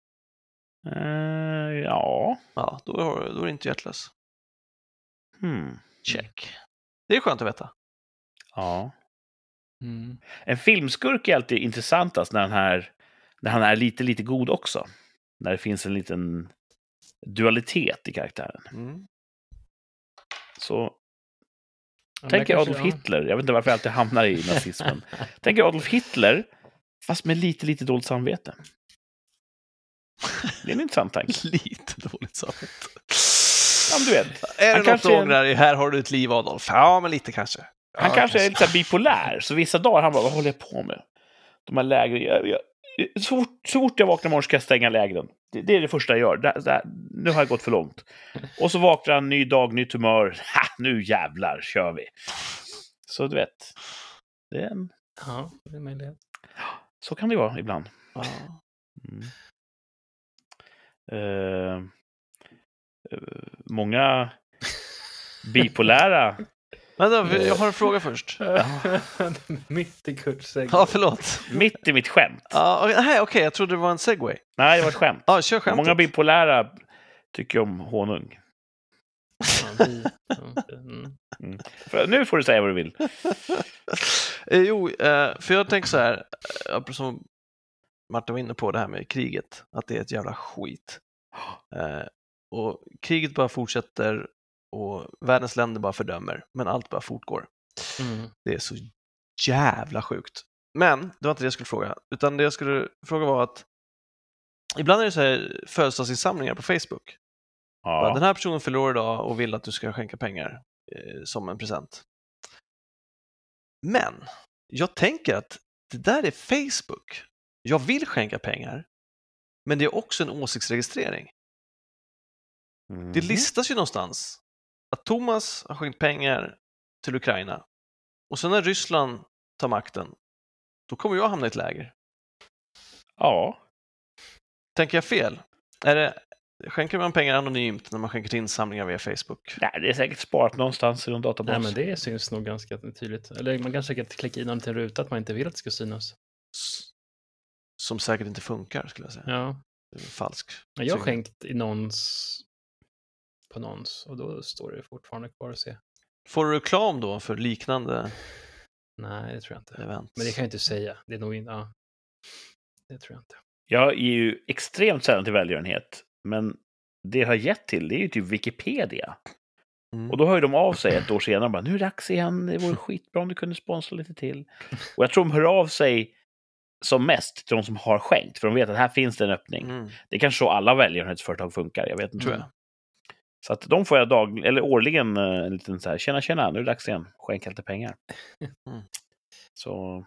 Eh, ja. Ja, då, har- då är du inte hjärtlös. Hmm. Check. Det är skönt att veta. Ja. Mm. En filmskurk är alltid intressantast när han är, när han är lite, lite god också. När det finns en liten dualitet i karaktären. Mm. Så Ja, tänk er kanske- Adolf ja. Hitler. Jag vet inte varför jag alltid hamnar i nazismen. Tänk er Adolf Hitler, fast med lite, lite dåligt samvete. Det är en intressant tanke. Lite dåligt samvete. Ja, men du vet. Är det Han något kanske du är en- ångrar? Här har du ett liv, Adolf. Ja, men lite kanske. Ja, Han kanske är lite så här bipolär, så vissa dagar han bara, vad håller jag på med? De här lägren, jag, jag, så, fort, så fort jag vaknar imorgon ska jag stänga lägren. Det, det är det första jag gör. Det, det, nu har jag gått för långt. Och så vaknar han, ny dag, nytt humör. Ha, nu jävlar, kör vi. Så du vet, det är en, Ja, det är möjligt. så kan det vara ibland. Ja. Mm. Eh, eh, många bipolära. Vänta, jag har en fråga först. Mitt i Kurts säng. Ja, förlåt. Mitt i mitt skämt. Ja, okej, nej, okej, jag trodde det var en segway. Nej, det var ett skämt. Ja, kör skämtet. Många bipolära tycker om honung. Ja, vi- ja, mm. För nu får du säga vad du vill. Eh, jo, eh, för jag tänker så här, eh, som Martin var inne på det här med kriget, att det är ett jävla skit. Eh, och kriget bara fortsätter och världens länder bara fördömer, men allt bara fortgår. Mm. Det är så jävla sjukt. Men det var inte det jag skulle fråga, utan det jag skulle fråga var att ibland är det så här födelsedagsinsamlingar på Facebook. Bara, den Ja. här personen fyller år idag och vill att du ska skänka pengar eh, som en present. Men jag tänker att det där är Facebook. Jag vill skänka pengar, men det är också en åsiktsregistrering. Mm. Det listas ju någonstans att Thomas har skänkt pengar till Ukraina. Och sen när Ryssland tar makten, då kommer jag hamna i ett läger. Ja. Tänker jag fel? Är det, skänker man pengar anonymt när man skänker till insamlingar via Facebook? Nej, det är säkert sparat någonstans i någon databas. Nej, men det syns nog ganska tydligt. Eller man kan säkert klicka in någon till en ruta att man inte vill att det ska synas. S- Som säkert inte funkar, skulle jag säga. Ja, Det är falsk. men jag har Så- skänkt i någons på någons och då står det fortfarande kvar att se. Får du reklam då för liknande Nej, det tror jag inte. event? Men det kan jag inte säga. Det är nog inte, ja. Det tror jag inte. Jag är ju extremt sällan till välgörenhet. Men det jag har gett till, det är ju typ Wikipedia. Mm. Och då hör ju de av sig ett år senare och bara, nu är det dags igen, det vore skitbra om du kunde sponsra lite till. Och jag tror de hör av sig som mest till de som har skänkt, för de vet att här finns det en öppning. Mm, Det är kanske så alla välgörenhetsföretag funkar, jag vet inte. tror jag. Så att de får jag dag eller årligen eh, en liten så här, tjena tjena, nu är det dags igen, skänk lite pengar. Mm. Så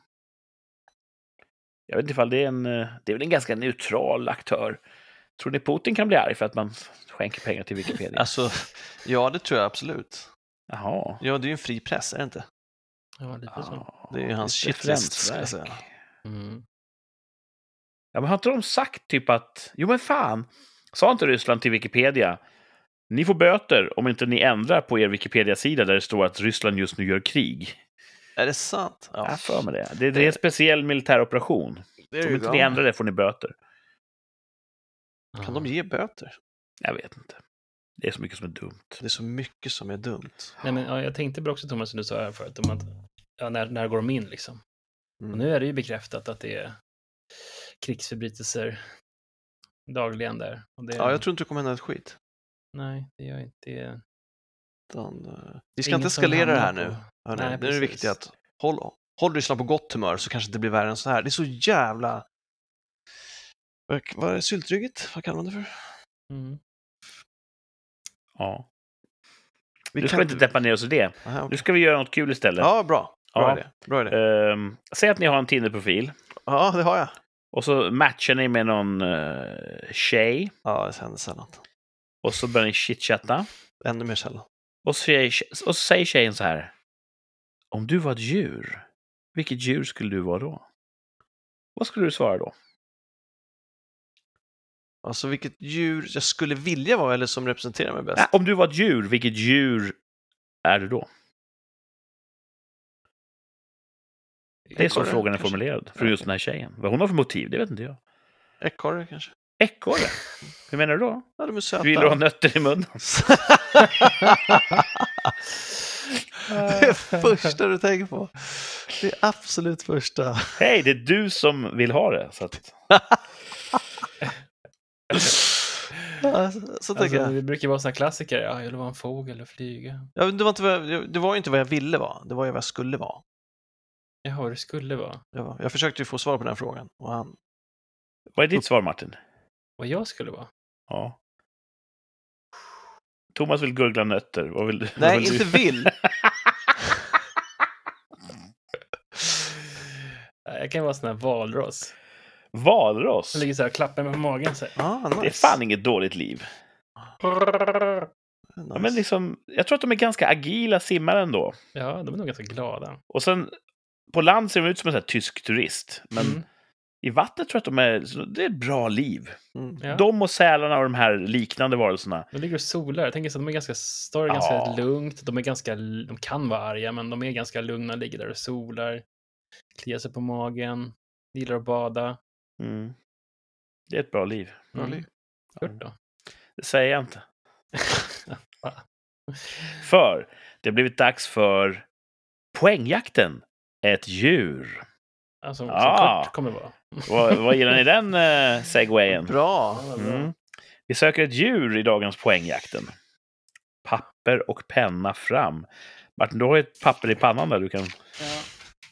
jag vet inte ifall det är en, eh, det är väl en ganska neutral aktör. Tror ni Putin kan bli arg för att man skänker pengar till Wikipedia? Alltså, ja, det tror jag absolut. Jaha. Ja, det är ju en fri press, är det inte? Ja, lite så. Ja, Det är ju hans ett shitlist, ska jag referensverk. säga. Mm. Ja, men har inte de sagt typ att, jo men fan, sa inte Ryssland till Wikipedia, ni får böter om inte ni ändrar på er Wikipedia-sida där det står att Ryssland just nu gör krig. Är det sant? Ja. Jag för mig det. Det, det är en speciell militär operation. det är Om ju inte bra. ni ändrar det får ni böter. Kan de ge böter? Jag vet inte. Det är så mycket som är dumt. Det är så mycket som är dumt. Nej, men, ja, jag tänkte bara också, Thomas, som du sa här förut, om att ja, när, när går de in liksom? Mm. Och nu är det ju bekräftat att det är krigsförbrytelser dagligen där. Och det, Ja, jag tror inte det kommer hända ett skit. Nej, det gör inte det. Utan, uh, vi ska Ingen inte som eskalera det här hamnar nu. på- Hörrni. Nej, Nu är det precis. viktigt att håll, håll Ryssland på gott humör så kanske det blir värre än så här. Det är så jävla... Vad vad är det? Syltryggigt? Vad kallar man det för? Mm. Ja. Vi Nu ska kan vi inte deppa ner oss i det. Aha, Nu okej. ska vi göra något kul istället. Ja, bra. Bra Ja. idé. Bra idé. Ehm, säg att ni har en Tinder-profil. Ja, det har jag. Och så matchar ni med någon uh, tjej. Ja, det händer sällan. Och så börjar ni chitchatta. Ännu mer sällan. Och så, säger, och så säger tjejen så här. Om du var ett djur, vilket djur skulle du vara då? Vad skulle du svara då? Alltså vilket djur jag skulle vilja vara eller som representerar mig bäst. Äh, om du var ett djur, vilket djur är du då? Det är så Ekorre, frågan är kanske. formulerad för just den här tjejen. Vad hon har för motiv, det vet inte jag. Ekorre kanske. Ekorre? Hur menar du då? Ja, de är söta. Du gillar att ha nötter i munnen? Det är första du tänker på. Det är absolut första. Hej, det är du som vill ha det. Så att... Ja, så, så tänker Alltså, jag. det brukar vara såna klassiker. Ja, jag vill vara en fågel och flyga. Ja, men det, var inte vad jag, det var ju inte vad jag ville vara. Det var ju vad jag skulle vara. Jaha, det skulle vara. Jag, jag försökte ju få svar på den frågan. Och han, Vad är ditt svar, Martin? Vad jag skulle vara? Ja. Thomas vill gurgla nötter. Vad vill du? nej, vad vill inte du? vill. Jag kan vara sån här valross. Valross? Jag ligger så här och klappar mig på magen. Så här. Ah, nice. Det är fan inget dåligt liv. Nice. Ja, men liksom, jag tror att de är ganska agila simmare ändå. Ja, de är nog ganska glada. Och sen på land ser de ut som en sån här tysk turist. Men Mm. i vattnet tror jag att de är, så det är ett bra liv. Mm. Ja. De och sälarna och de här liknande varelserna. De ligger och solar. Jag tänker så att de är ganska, står Ja. ganska lugnt. De är ganska, de kan vara arga, men de är ganska lugna. Ligger där och solar. Kliar sig på magen. Gillar att bada. Mm. Det är ett bra liv. Bra Mm. liv. Kurt då? Det säger jag inte. Va? För det har blivit dags för poängjakten. Ett djur. Alltså, Ah. som Kurt kommer vara. Vad, vad gillar ni den uh, segwayen? Bra. Ja, vad bra. Mm. Vi söker ett djur i dagens poängjakten. Papper och penna fram. Martin, du har ju ett papper i pannan där du kan... Ja.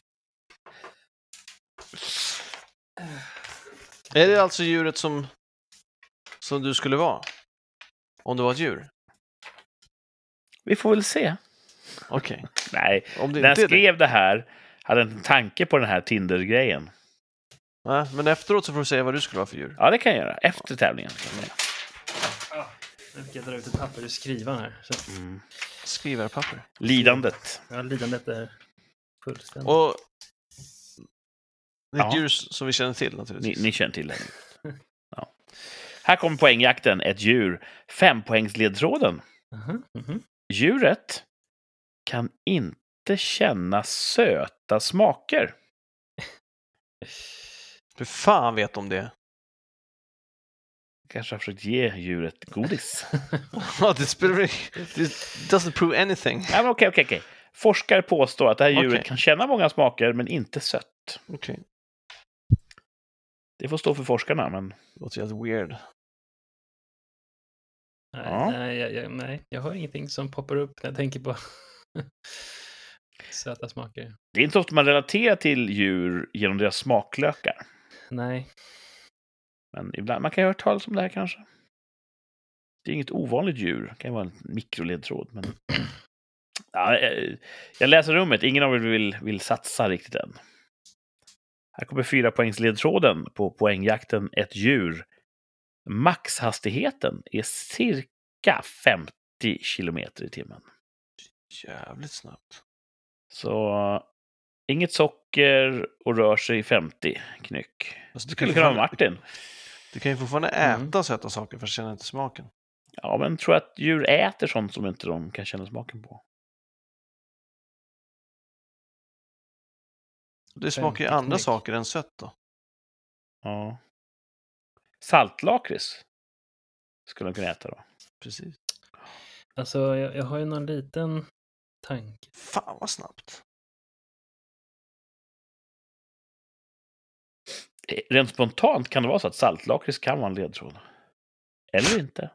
Är det alltså djuret som, som du skulle vara? Om du var ett djur? Vi får väl se. Okej. Nej, Om det när jag inte är det. skrev det här hade en tanke på den här Tinder-grejen. Nej, men efteråt så får du säga vad du skulle vara för djur. Ja, det kan jag göra. Efter tävlingen. Kan jag säga. Ah, nu fick jag dra ut ett papper ur skrivan här. Så, Mm. Skrivarpapper. Lidandet. ja, lidandet är fullständigt. Och det är ett Ja. djur som vi känner till Ni, naturligtvis. ni känner till det. Ja. Här kommer poängjakten. Ett djur. Fempoängsledtråden. Mhm, mhm. Djuret kan inte känna söta smaker. Hur fan vet de det? Kanske har försökt ge djuret godis. Ja, det spelar väl- det doesn't prove anything. Nej, men okej, okej, okej. Forskare påstår att det här djuret Okej. kan känna många smaker, men inte sött. Okej, Det får stå för forskarna, men... det låter jävligt weird. Nej, Ja. nej, jag, jag, nej, jag har ingenting som poppar upp när jag tänker på söta smaker. Det är inte ofta man relaterar till djur genom deras smaklökar. Nej. Men ibland, man kan ju ha hört talas om det här kanske. Det är inget ovanligt djur. Det kan ju vara en mikroledtråd. Men... Ja, jag- jag läser rummet. Ingen av er vill, vill satsa riktigt än. Här kommer fyra poängsledtråden på poängjakten ett djur. Maxhastigheten är cirka femtio kilometer i timmen. Jävligt snabbt. Så inget socker och rör sig i femtio knyck. Alltså, Det du, kan skulle ju kunna vara fortfarande, Martin. du kan ju fortfarande Mm. äta söta saker för att känna inte smaken. Ja, men tror att djur äter sånt som inte de kan känna smaken på. Det smakar ju femtio andra knäck. saker än sött då. Ja. Saltlakrits skulle de kunna äta då. Precis. Alltså, jag, jag har ju någon liten tanke. Fan vad snabbt. Rent spontant kan det vara så att saltlakrits kan vara en ledtråd. Eller inte.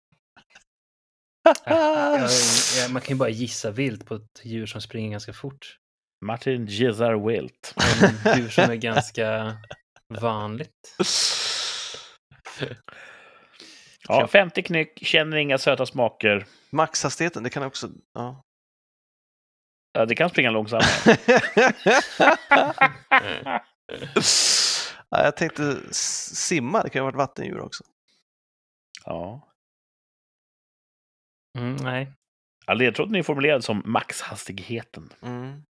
Jag, jag, man kan ju bara gissa vilt på ett djur som springer ganska fort. Martin gissar vilt. Ett djur som är ganska vanligt. Ja, femtio knyck, känner inga söta smaker. Maxhastigheten, det kan också... Ja. Ja, det kan springa långsammare. Ja, jag tänkte s- simma, det kan ju ha varit vattendjur också. Ja. Mm, nej. Ja, ledtråden är formulerad som maxhastigheten. Mm.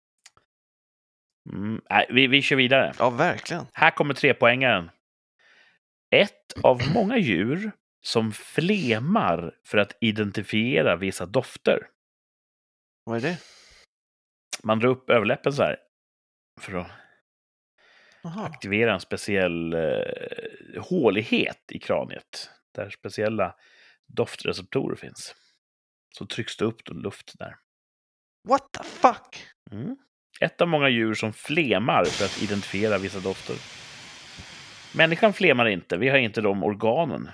Mm. Nej, vi, vi kör vidare. Ja, verkligen. Här kommer trepoängaren. Ett av många djur som flemar för att identifiera vissa dofter. Vad är det? Man drar upp överläppen så här för att Aha. aktivera en speciell eh, hålighet i kraniet där speciella doftreceptorer finns. Så trycks det upp då luft där. What the fuck? Mm. Ett av många djur som flemar för att identifiera vissa dofter. Människan flemar inte, vi har inte de organen.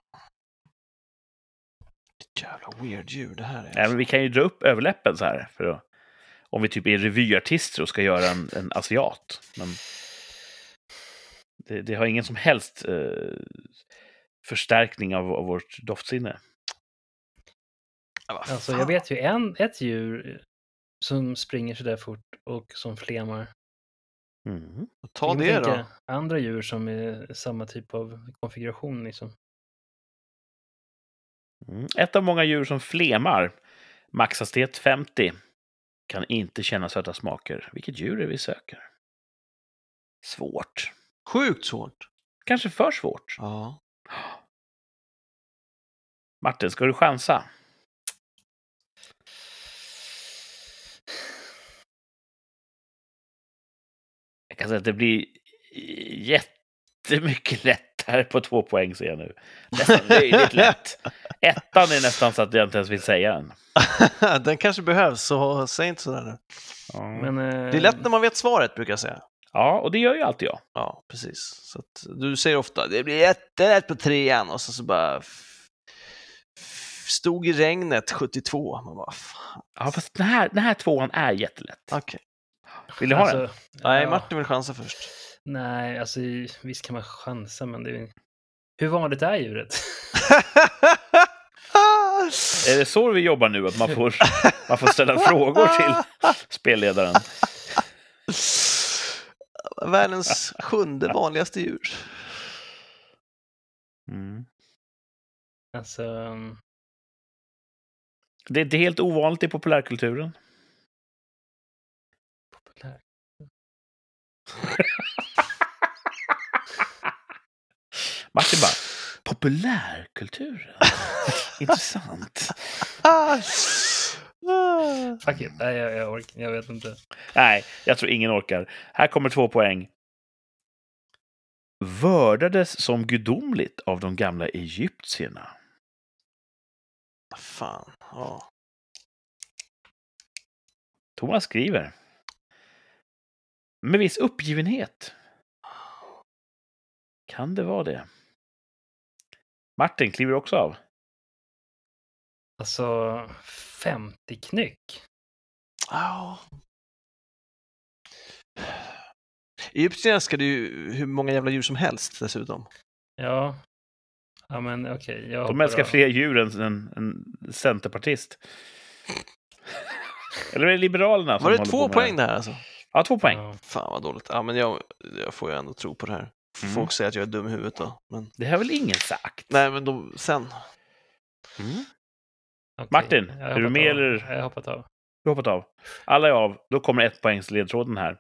Jävla weird djur det här är. Nej, men vi kan ju dra upp överläppen så här. För att, om vi typ är revyartister och ska göra en, en asiat. Men det, det har ingen som helst eh, förstärkning av, av vårt doftsinne. Ja, vad Alltså, fan. jag vet ju en, ett djur som springer så där fort och som flemar. Mm. Ta Jag kan det tänka då. andra djur som är samma typ av konfiguration liksom. Mm. Ett av många djur som flemar, maxhastighet femtio, kan inte känna söta smaker. Vilket djur är vi söker? Svårt. Sjukt svårt. Kanske för svårt. Ja. Martin, ska du chansa? Jag kan säga att det blir jättemycket lättare på två poäng, ser jag nu. Nästan löjligt lätt. Ettan är nästan så att jag inte ens vill säga den. Den kanske behövs, så säg inte sådär nu. Ja. Men, eh, Det är lätt när man vet svaret, brukar jag säga. Ja, och det gör ju alltid jag. Ja, precis. Så att du säger ofta, det blir jättelätt på trean, och så, så bara f- f- stod i regnet sjuttiotvå. Man bara, fan. Ja, fast den här, den här tvåan är jättelätt. Okej. Vill du ha alltså, den? Nej, ja, Martin vill chansa först. Nej, alltså visst kan man chansa, men det är... Hur vanligt är djuret? Är det så vi jobbar nu? Att man får, man får ställa frågor till spelledaren? Världens sjunde vanligaste djur. Mm. Alltså, um, Det är inte helt ovanligt i populärkulturen. populär. Martin bara, populärkulturen? Intressant. Fuck it. Nej, jag, jag, orkar, jag vet inte. Nej, jag tror ingen orkar. Här kommer två poäng. Vördades som gudomligt av de gamla egyptierna. Fan, ja. Thomas skriver. Med viss uppgivenhet. Kan det vara det? Martin kliver också av. Alltså, femtio knyck. Ja. I Egypten älskade ju hur många jävla djur som helst dessutom. Ja. Ja, men okej. Okay, De älskar fler djur än en, en centerpartist. Eller är det Liberalerna som Var det håller två på med poäng där alltså? Ja, två poäng. Ja. Fan vad dåligt. Ja, men jag, jag får ju ändå tro på det här. Mm. Folk säger att jag är dum i huvudet då. Men... Det har väl ingen sagt? Nej, men då, sen. Mm. Okej, Martin, jag har är du hoppat med av. eller? Jag har hoppat av. Du har hoppat av. Alla är av. Då kommer ett poängs ledtråden här.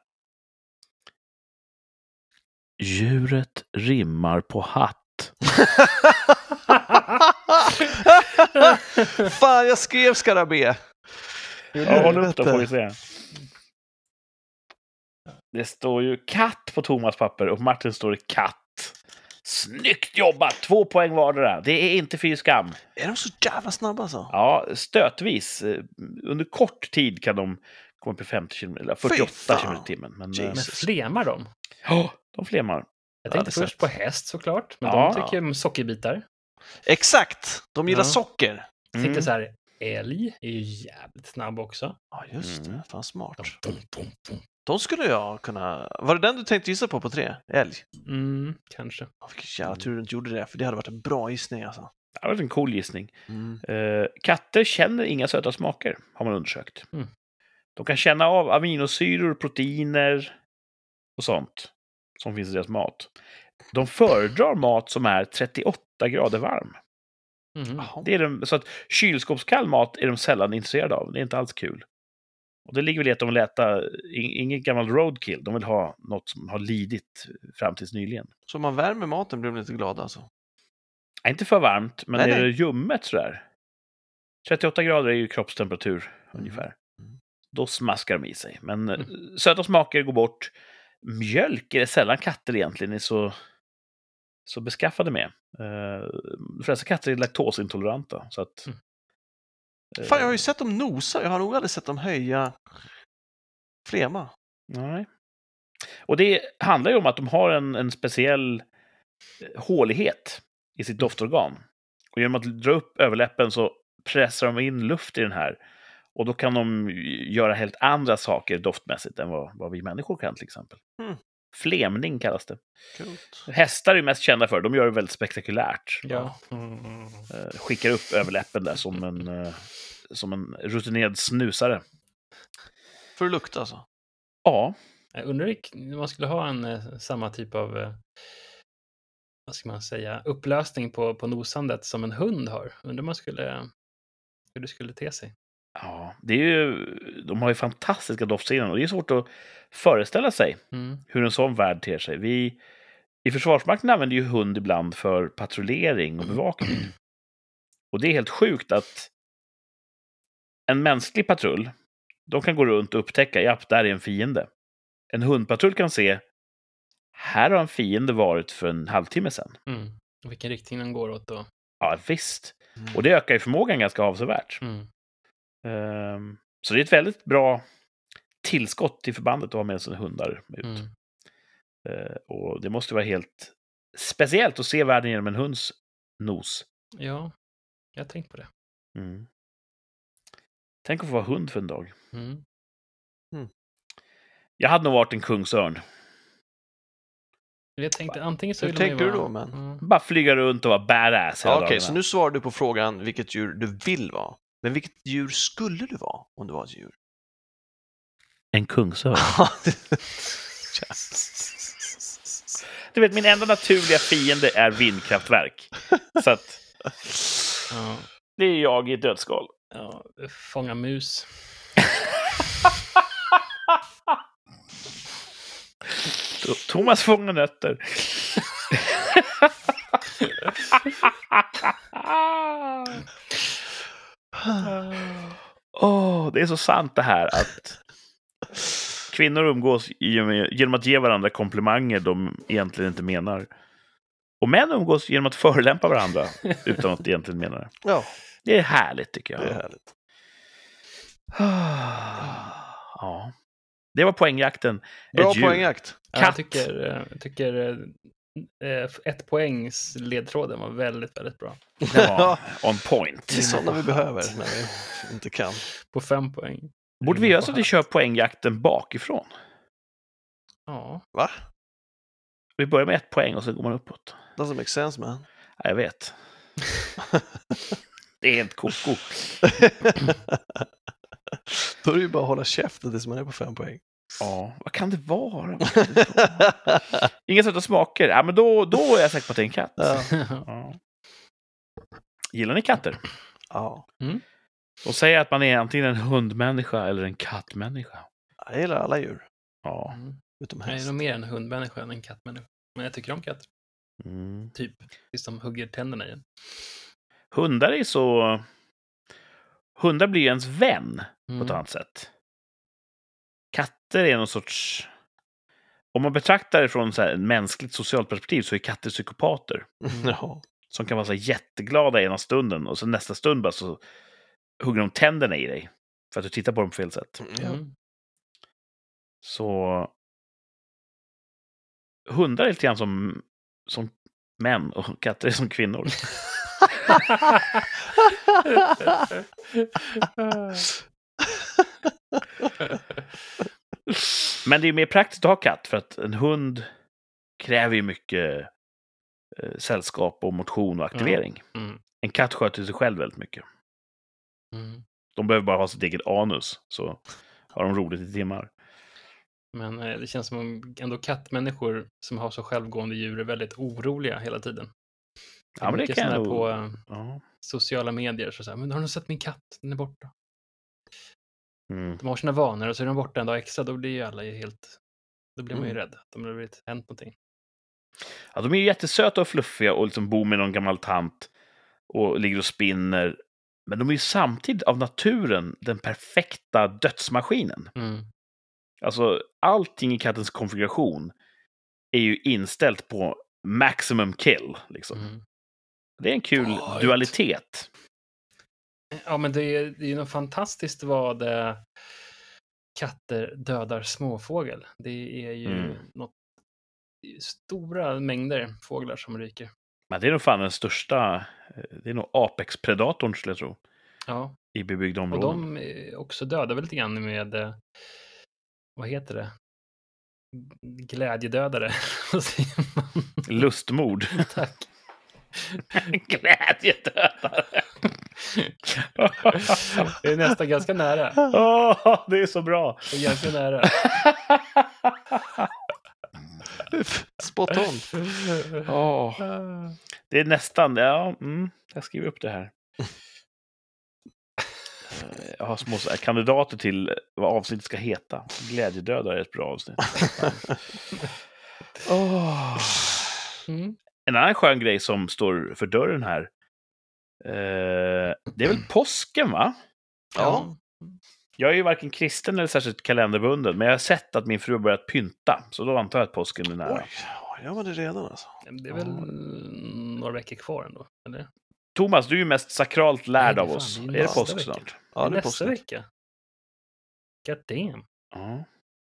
Djuret rimmar på hatt. Fan, jag skrev skarabé. Ja, håll upp då får vi se. Det står ju katt på Thomas papper och på Martin står det katt. Snyggt jobbat! Två poäng vardera. Det är inte fy skam. Är de så jävla snabba alltså? Ja, stötvis. Under kort tid kan de komma upp i femtio kilometer, eller fyrtioåtta kilometer i timmen. Men, Men flemar de? ja, de flemar. Jag tänkte Ja, först på häst såklart, men Ja. de tycker om sockerbitar. Exakt! De gillar Ja. socker. Jag Mm. tänkte så här, älg är ju jävligt snabb också. Ja, just Mm. det. Fan smart. Pum, pum, pum. De skulle jag kunna... Var det den du tänkte gissa på på tre? Älg? Mm, kanske. Oh, vilken jävla tur du inte gjorde det, för det hade varit en bra gissning alltså. Det var en cool gissning. Mm. Eh, katter känner inga söta smaker, har man undersökt. Mm. De kan känna av aminosyror, proteiner och sånt som finns i deras mat. De föredrar mat som är trettioåtta grader varm. Mhm. Jaha. Det är de, så att kylskåpskall mat är de sällan intresserade av. Det är inte alls kul. Och det ligger väl i att de vill äta in- inget gammalt roadkill. De vill ha något som har lidit fram tills nyligen. Så om man värmer maten blir de lite glada alltså? Ja, inte för varmt, men Nej, är nej. det ljummet sådär. trettioåtta grader är ju kroppstemperatur ungefär. Mm. Då smaskar de i sig. Men Mm. eh, söta smaker går bort. Mjölk är det sällan katter egentligen är så, så beskaffade med. Eh, de flesta katter är laktosintoleranta. Så att Mm. Fan, jag har ju sett dem nosa. Jag har nog aldrig sett dem höja flema. Nej. Och det handlar ju om att de har en, en speciell hålighet i sitt doftorgan. Och genom att dra upp överläppen så pressar de in luft i den här. Och då kan de göra helt andra saker doftmässigt än vad, vad vi människor kan till exempel. Mm. Flemning kallas det. Coolt. Hästar är ju mest kända för, de gör det väldigt spektakulärt. Ja. Eh, skickar upp överläppen där som en, eh, som en rutinerad snusare. För att lukta alltså. Ja, Jag undrar om man skulle ha en eh, samma typ av eh, vad ska man säga, upplösning på, på nosandet som en hund har. Undrar om man skulle, hur det skulle te sig. ja, det är ju, de har ju fantastiska doftsinnen och det är svårt att föreställa sig Mm. hur en sån värld ter sig. Vi i Försvarsmakten använder ju hund ibland för patrullering och bevakning. Och det är helt sjukt att en mänsklig patrull, de kan gå runt och upptäcka, ja, där är en fiende. En hundpatrull kan se, här har en fiende varit för en halvtimme sedan. Mm. Vilken riktning den går åt då. Ja, visst. Mm. Och det ökar ju förmågan ganska avsevärt. Mm. Um, så det är ett väldigt bra tillskott till förbandet att ha med sina hundar ut. Mm. Uh, och det måste vara helt speciellt att se världen genom en hunds nos. Ja, jag har tänkt på det. Mm. Tänk att få vara hund för en dag. Mm. Jag hade nog varit en kungsörn. Jag tänkte antingen så Hur vill man ju tänker du vara- då, men? Mm. Bara flyga runt och vara badass hela Ja, Okej, dagarna. så nu svarar du på frågan vilket djur du vill vara. Men vilket djur skulle du vara om du var ett djur? En kungsörn. Du vet, min enda naturliga fiende är vindkraftverk. Så att Ja, det är jag i ett dödsskal. ja, fånga mus. Thomas fångar nötter. Åh, det är så sant det här att kvinnor umgås genom att ge varandra komplimanger de egentligen inte menar. Och män umgås genom att förolämpa varandra utan att egentligen mena det. Ja, Det är härligt tycker jag. det är härligt. Ja. Det var poängjakten. Bra Ett djur. poängjakt. Ja, jag Katt. tycker, eh, jag tycker eh, ett poängs ledtråden var väldigt, väldigt bra. Det var on point. Det är sådana vi behöver när vi inte kan. På fem poäng. Borde vi göra så att vi kör poängjakten bakifrån? Ja. Va? Vi börjar med ett poäng och så går man uppåt. Doesn't make sense, man. Ja, jag vet. Det är helt koko. Då är det ju bara att hålla käften tills man är på fem poäng. Ja, vad kan det vara? Vad kan det vara? Inga söta smaker. Ja, men då, då är jag säker på att det är en katt. Ja. Ja. Gillar ni katter? Ja. De säger att man är antingen en hundmänniska eller en kattmänniska. Jag gillar alla djur, Ja. Mm. utom Jag är häst. nog mer en hundmänniska än en kattmänniska. Men jag tycker om katter. Mm. Typ. Tills de hugger tänderna igen. Hundar är så... Hundar blir ju ens vän på ett Mm. annat sätt. Katter är någon sorts... Om man betraktar det från så här, ett mänskligt socialt perspektiv så är katter psykopater. Ja. Som kan vara så här jätteglada ena stunden och så nästa stund bara så hugger de tänderna i dig. För att du tittar på dem på fel sätt. Ja. Mm. Så... Hundar är lite grann som, som män och katter är som kvinnor. Men det är mer praktiskt att ha katt för att en hund kräver ju mycket eh, sällskap och motion och aktivering. Mm. En katt sköter sig själv väldigt mycket. Mm. De behöver bara ha sitt eget anus så har de roligt i timmar. Men eh, det känns som om ändå kattmänniskor som har så självgående djur är väldigt oroliga hela tiden. Ja, men det mycket kan såna jag här nog... på eh, Ja. sociala medier så säger men har du sett min katt? Den är borta. Mm. De har sina vanor och så är de borta en dag extra. Då blir ju alla ju helt... Då blir man ju Mm. rädd. De har blivit hänt någonting. Ja, de är ju jättesöta och fluffiga och liksom bor med någon gammal tant och ligger och spinner. Men de är ju samtidigt av naturen den perfekta dödsmaskinen. Mm. Alltså, allting i kattens konfiguration är ju inställt på maximum kill. Liksom. Mm. Det är en kul Right. dualitet. Ja, men det är, det är ju något fantastiskt vad eh, katter dödar småfågel. Det är ju Mm. något det är stora mängder fåglar som ryker. Men det är nog fan den största, eh, det är nog Apex-predatorn skulle jag tro, Ja, i bebyggda och områden. de är också dödar väl lite grann med, eh, vad heter det? Glädjedödare. Vad säger man? Lustmord. Tack. Glädjedödare. Det är nästan ganska nära. Åh, det är så bra. Det är ganska nära. Spot on. Åh, det är nästan, ja, mm, jag skriver upp det här. Eh, Jag har små så här kandidater till vad avsnittet ska heta. Glädjedödare är ett bra avsnitt. Åh. Mm. En annan skön grej som står för dörren här. Eh, det är väl påsken, va? Ja. Jag är ju varken kristen eller särskilt kalenderbunden, men jag har sett att min fru har börjat pynta. Så då antar jag att påsken är nära. Oj, jag var det redan alltså. Det är väl några veckor kvar ändå, eller? Thomas, du är ju mest sakralt lärd Nej, av fan, oss. det är Är det nästa påsk vecka. snart? Ja, det är Nästa påsken. vecka. God damn. Ja.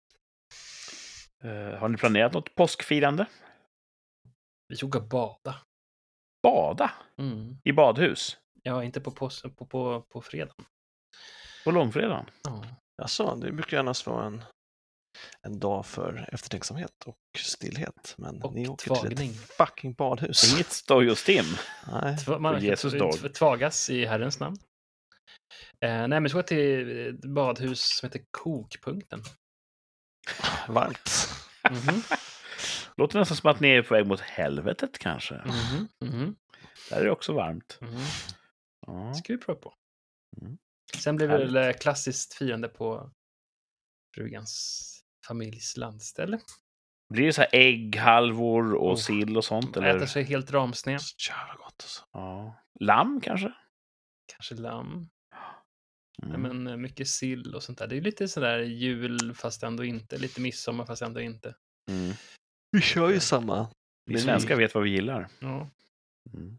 Eh, har ni planerat något påskfirande? Vi ska åka bada. Bada? Mm. I badhus? Ja, inte på, pås- på, på, på fredag. På långfredagen? Ja. Alltså, det brukar annars vara en, en dag för eftertänksamhet och stillhet. Men Och ni åker tvagning. till ett fucking badhus. Inget stoj och stim. Nej. Tv- man På Jesus dag. tv- Tvagas i Herrens namn. Eh, nej, men vi ska till ett badhus som heter Kokpunkten. Varmt. Mhm, Låter nästan som att ni är på väg mot helvetet kanske. mhm, mhm, Där är det också varmt. mhm. Ja. Det ska vi prova på. Mm. Sen blir det Härligt. väl eh, klassiskt firande på frugans familjs landställe. Blir det så här ägghalvor och Oh. sill och sånt? Äter Eller? sig helt ramsned. Så jävla gott alltså. Ja. Lamm kanske? Kanske lamm. Mm. Men eh, mycket sill och sånt där. Det är lite sådär jul fast ändå inte. Lite midsommar fast ändå inte. Mm. Vi kör ju samma. Vi Men svenskar vet vad vi gillar. Ja. Mm.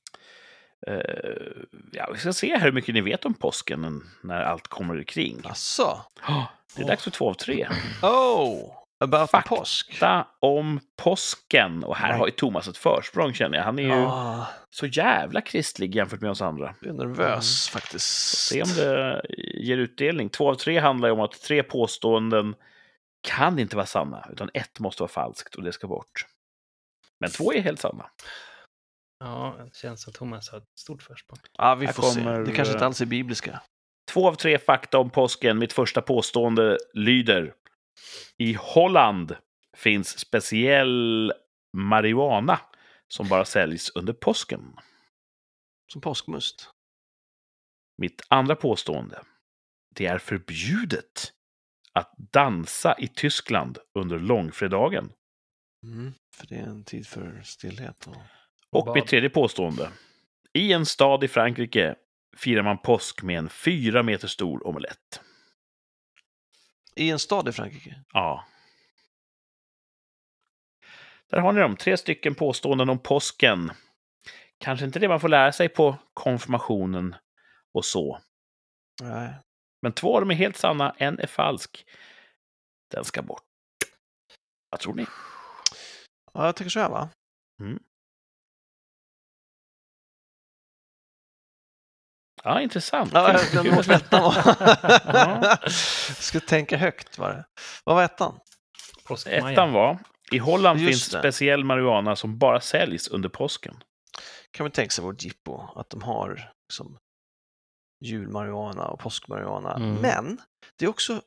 Eh, ja, vi ska se hur mycket ni vet om påsken när allt kommer kring. Asså? Oh, det är dags för två av tre. Oh! About Fakta. the påsk. Fakta om påsken. Och här Nej. har ju Thomas ett försprång känner jag. Han är ju Ah, så jävla kristlig jämfört med oss andra. jag är nervös faktiskt. Se om det ger utdelning. Två av tre handlar ju om att tre påståenden kan inte vara sanna, utan ett måste vara falskt och det ska bort. Men två är helt sanna. Ja, det känns som Thomas har ett stort försprång. Ja, vi Här får kommer- se. Det kanske inte alls är bibliska. Två av tre fakta om påsken. Mitt första påstående lyder: i Holland finns speciell marijuana som bara säljs under påsken. Som påskmust. Mitt andra påstående: det är förbjudet att dansa i Tyskland under långfredagen. Mm, för det är en tid för stillhet. Och... Och bad. mitt tredje påstående: i en stad i Frankrike firar man påsk med en fyra meter stor omelett. I en stad i Frankrike. Ja. Där har ni dem. Tre stycken påståenden om påsken. Kanske inte det man får lära sig på konfirmationen och så. Nej. Men två av dem är helt sanna, en är falsk. Den ska bort. Vad tror ni? Ja, jag tänker så här va. Ja, intressant. Ja, Kul- jag glömde kul bort att- ettan var. Ja. Jag skulle tänka högt var det. Vad var ettan? Påskmaja. Ettan var: i Holland Just finns det. speciell marijuana som bara säljs under påsken. Kan man tänka sig vårt jippo, att de har liksom julmarijuana och påskmarijuana. Mm. Men det är också...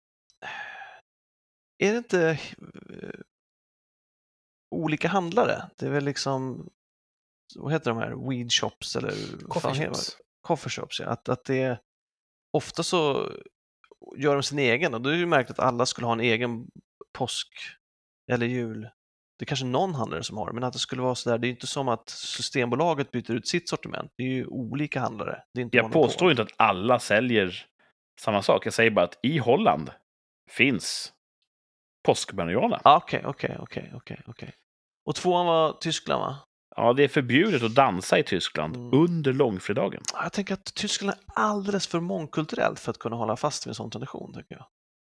Är det inte eh, olika handlare? Det är väl liksom... Vad heter de här? Weed shops eller... vad Coffee fan heter shops. det? Coffee shops, ja. Att, att det är... Ofta så gör de sin egen och då är det ju märkt att alla skulle ha en egen påsk eller jul. Det är kanske någon handlare som har det, men att det skulle vara så där, det är ju inte som att Systembolaget byter ut sitt sortiment. Det är ju olika handlare. Det är inte Jag monopol. påstår ju inte att alla säljer samma sak. Jag säger bara att i Holland finns påskmarijuana. Ah, Okej, okej, okej, okej, okej. Och tvåan var Tyskland, va? Ja, det är förbjudet att dansa i Tyskland Mm. under långfredagen. Jag tänker att Tyskland är alldeles för mångkulturellt för att kunna hålla fast vid en sån tradition, tycker jag.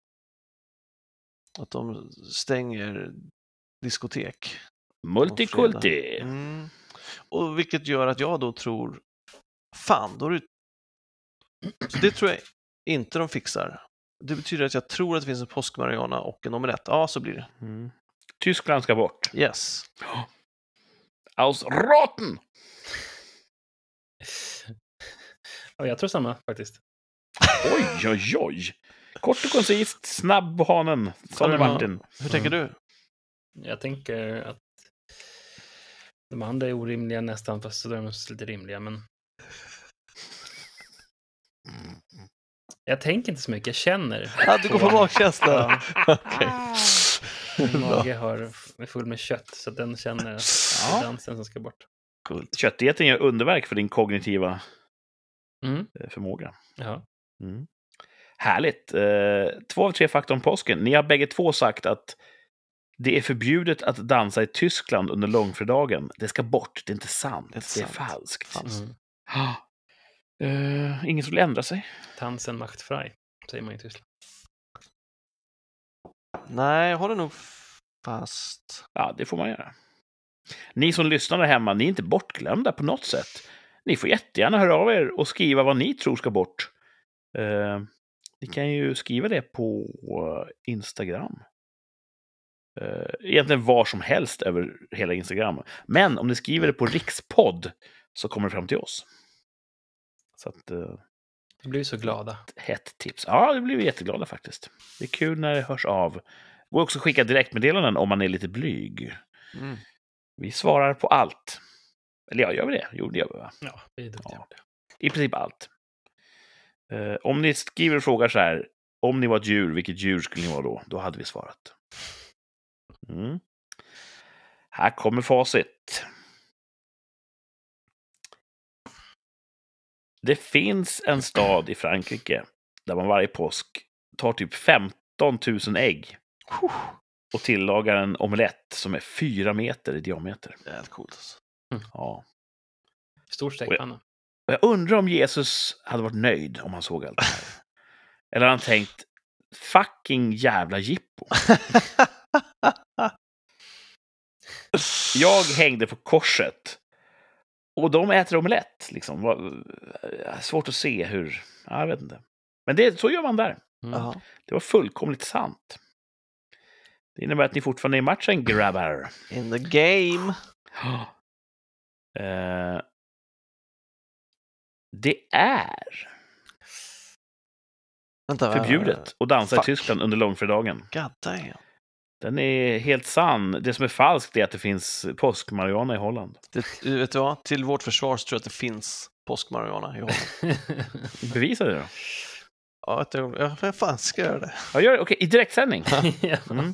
Att de stänger diskotek. Multikulti. Mm. Och vilket gör att jag då tror, fan, då är det... Så det tror jag inte de fixar. Det betyder att jag tror att det finns en påskmariana och en omelett. Ja, så blir det. Mm. Tyskland ska bort. Yes. Aus roten! Ja, jag tror samma faktiskt. Oj, oj, oj. Kort och koncist, snabb på hanen. Sonny Ja. Martin. Hur tänker du? Jag tänker att de andra är orimliga nästan, fast så är de lite rimliga, men jag tänker inte så mycket, jag känner. Ja, du går på magkänsla. Ja, Okej. min Bra. mage har, är full med kött, så den känner att det Ja. är dansen som ska bort. Cool. Köttdieten gör underverk för din kognitiva Mm. eh, förmåga. Ja. Mm. Härligt. Eh, två av tre fakta om påsken. Ni har bägge två sagt att det är förbjudet att dansa i Tyskland under långfredagen. Det ska bort. Det är inte sant. Det är Det är, sant. falskt. Falskt. Mm. Ah. Eh, ingen som vill ändra sig? Tansen macht frei, säger man i Tyskland. Nej, jag håller nog fast. Ja, det får man göra. Ni som lyssnar där hemma, ni är inte bortglömda på något sätt. Ni får jättegärna höra av er och skriva vad ni tror ska bort. Eh, ni kan ju skriva det på Instagram. Eh, egentligen var som helst över hela Instagram. Men om ni skriver det på Rikspodd så kommer det fram till oss. Så att, eh, Vi blir så glada. ett hett tips. Ja, det blir vi jätteglada faktiskt. Det är kul när det hörs av. Det går också att skicka direktmeddelanden om man är lite blyg. Mm. Vi svarar på allt. Eller ja, gör vi det? Jo, det gör vi, va? Ja, vi är duktiga Ja. på det. I princip allt. Eh, om ni skriver och frågar så här, om ni var ett djur, vilket djur skulle ni vara då? Då hade vi svarat. Mm. Här kommer facit. Det finns en stad i Frankrike där man varje påsk tar typ femton tusen ägg och tillagar en omelett som är fyra meter i diameter. Det är helt coolt. Alltså. Ja. Stor stekpanna. Och jag undrar om Jesus hade varit nöjd om han såg allt det här. Eller har han tänkt, fucking jävla jippo. Jag hängde på korset. Och de äter omelett. Liksom. Vad- Svårt att se hur... Ja, jag vet inte. Men det, så gör man där. Mm. Ja. Det var fullkomligt sant. Det innebär att ni fortfarande är i matchen, grabbar. In the game. Eh, det är Vänta, förbjudet att dansa fuck. i Tyskland under långfredagen. God damn. Den är helt sann. Det som är falskt är att det finns påskmarijuana i Holland. Det, vet du vad? Till vårt försvar så tror jag att det finns påskmarijuana i Holland. Bevisa det då. Ja, ett ögonblick. Ja, vad fan ska jag göra det? Ja, gör det. Okej, i direktsändning. Ja. Mm.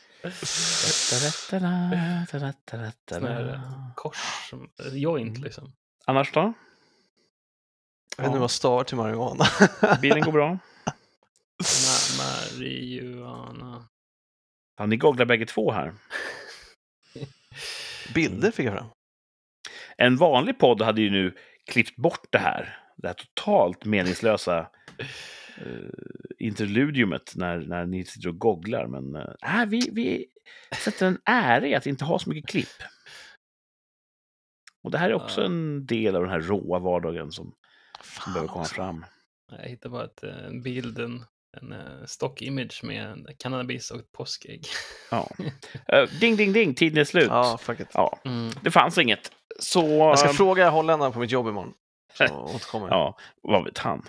Sån här kors, som, joint liksom. Annars då? Jag vet inte vad stavar till marijuana. Bilen går bra. Ma- marijuana. Ja, ni googlar bägge två här. Bilder fick jag fram. En vanlig podd hade ju nu klippt bort det här. Det här totalt meningslösa uh, interludiumet när, när ni sitter och googlar. Men uh, vi, vi sätter en ära i att inte ha så mycket klipp. Och det här är också Ja. en del av den här råa vardagen som, som Fan behöver komma också. fram. Jag hittade bara ett, eh, en bild, en, en eh, stock image med en cannabis och ett påskägg. Ja. Uh, ding, ding, ding, tiden är slut. Ja, fuck it. Ja, Mm. det fanns inget. Så... Jag ska fråga holländarna på mitt jobb imorgon. Så återkommer jag. Ja, vad vet han?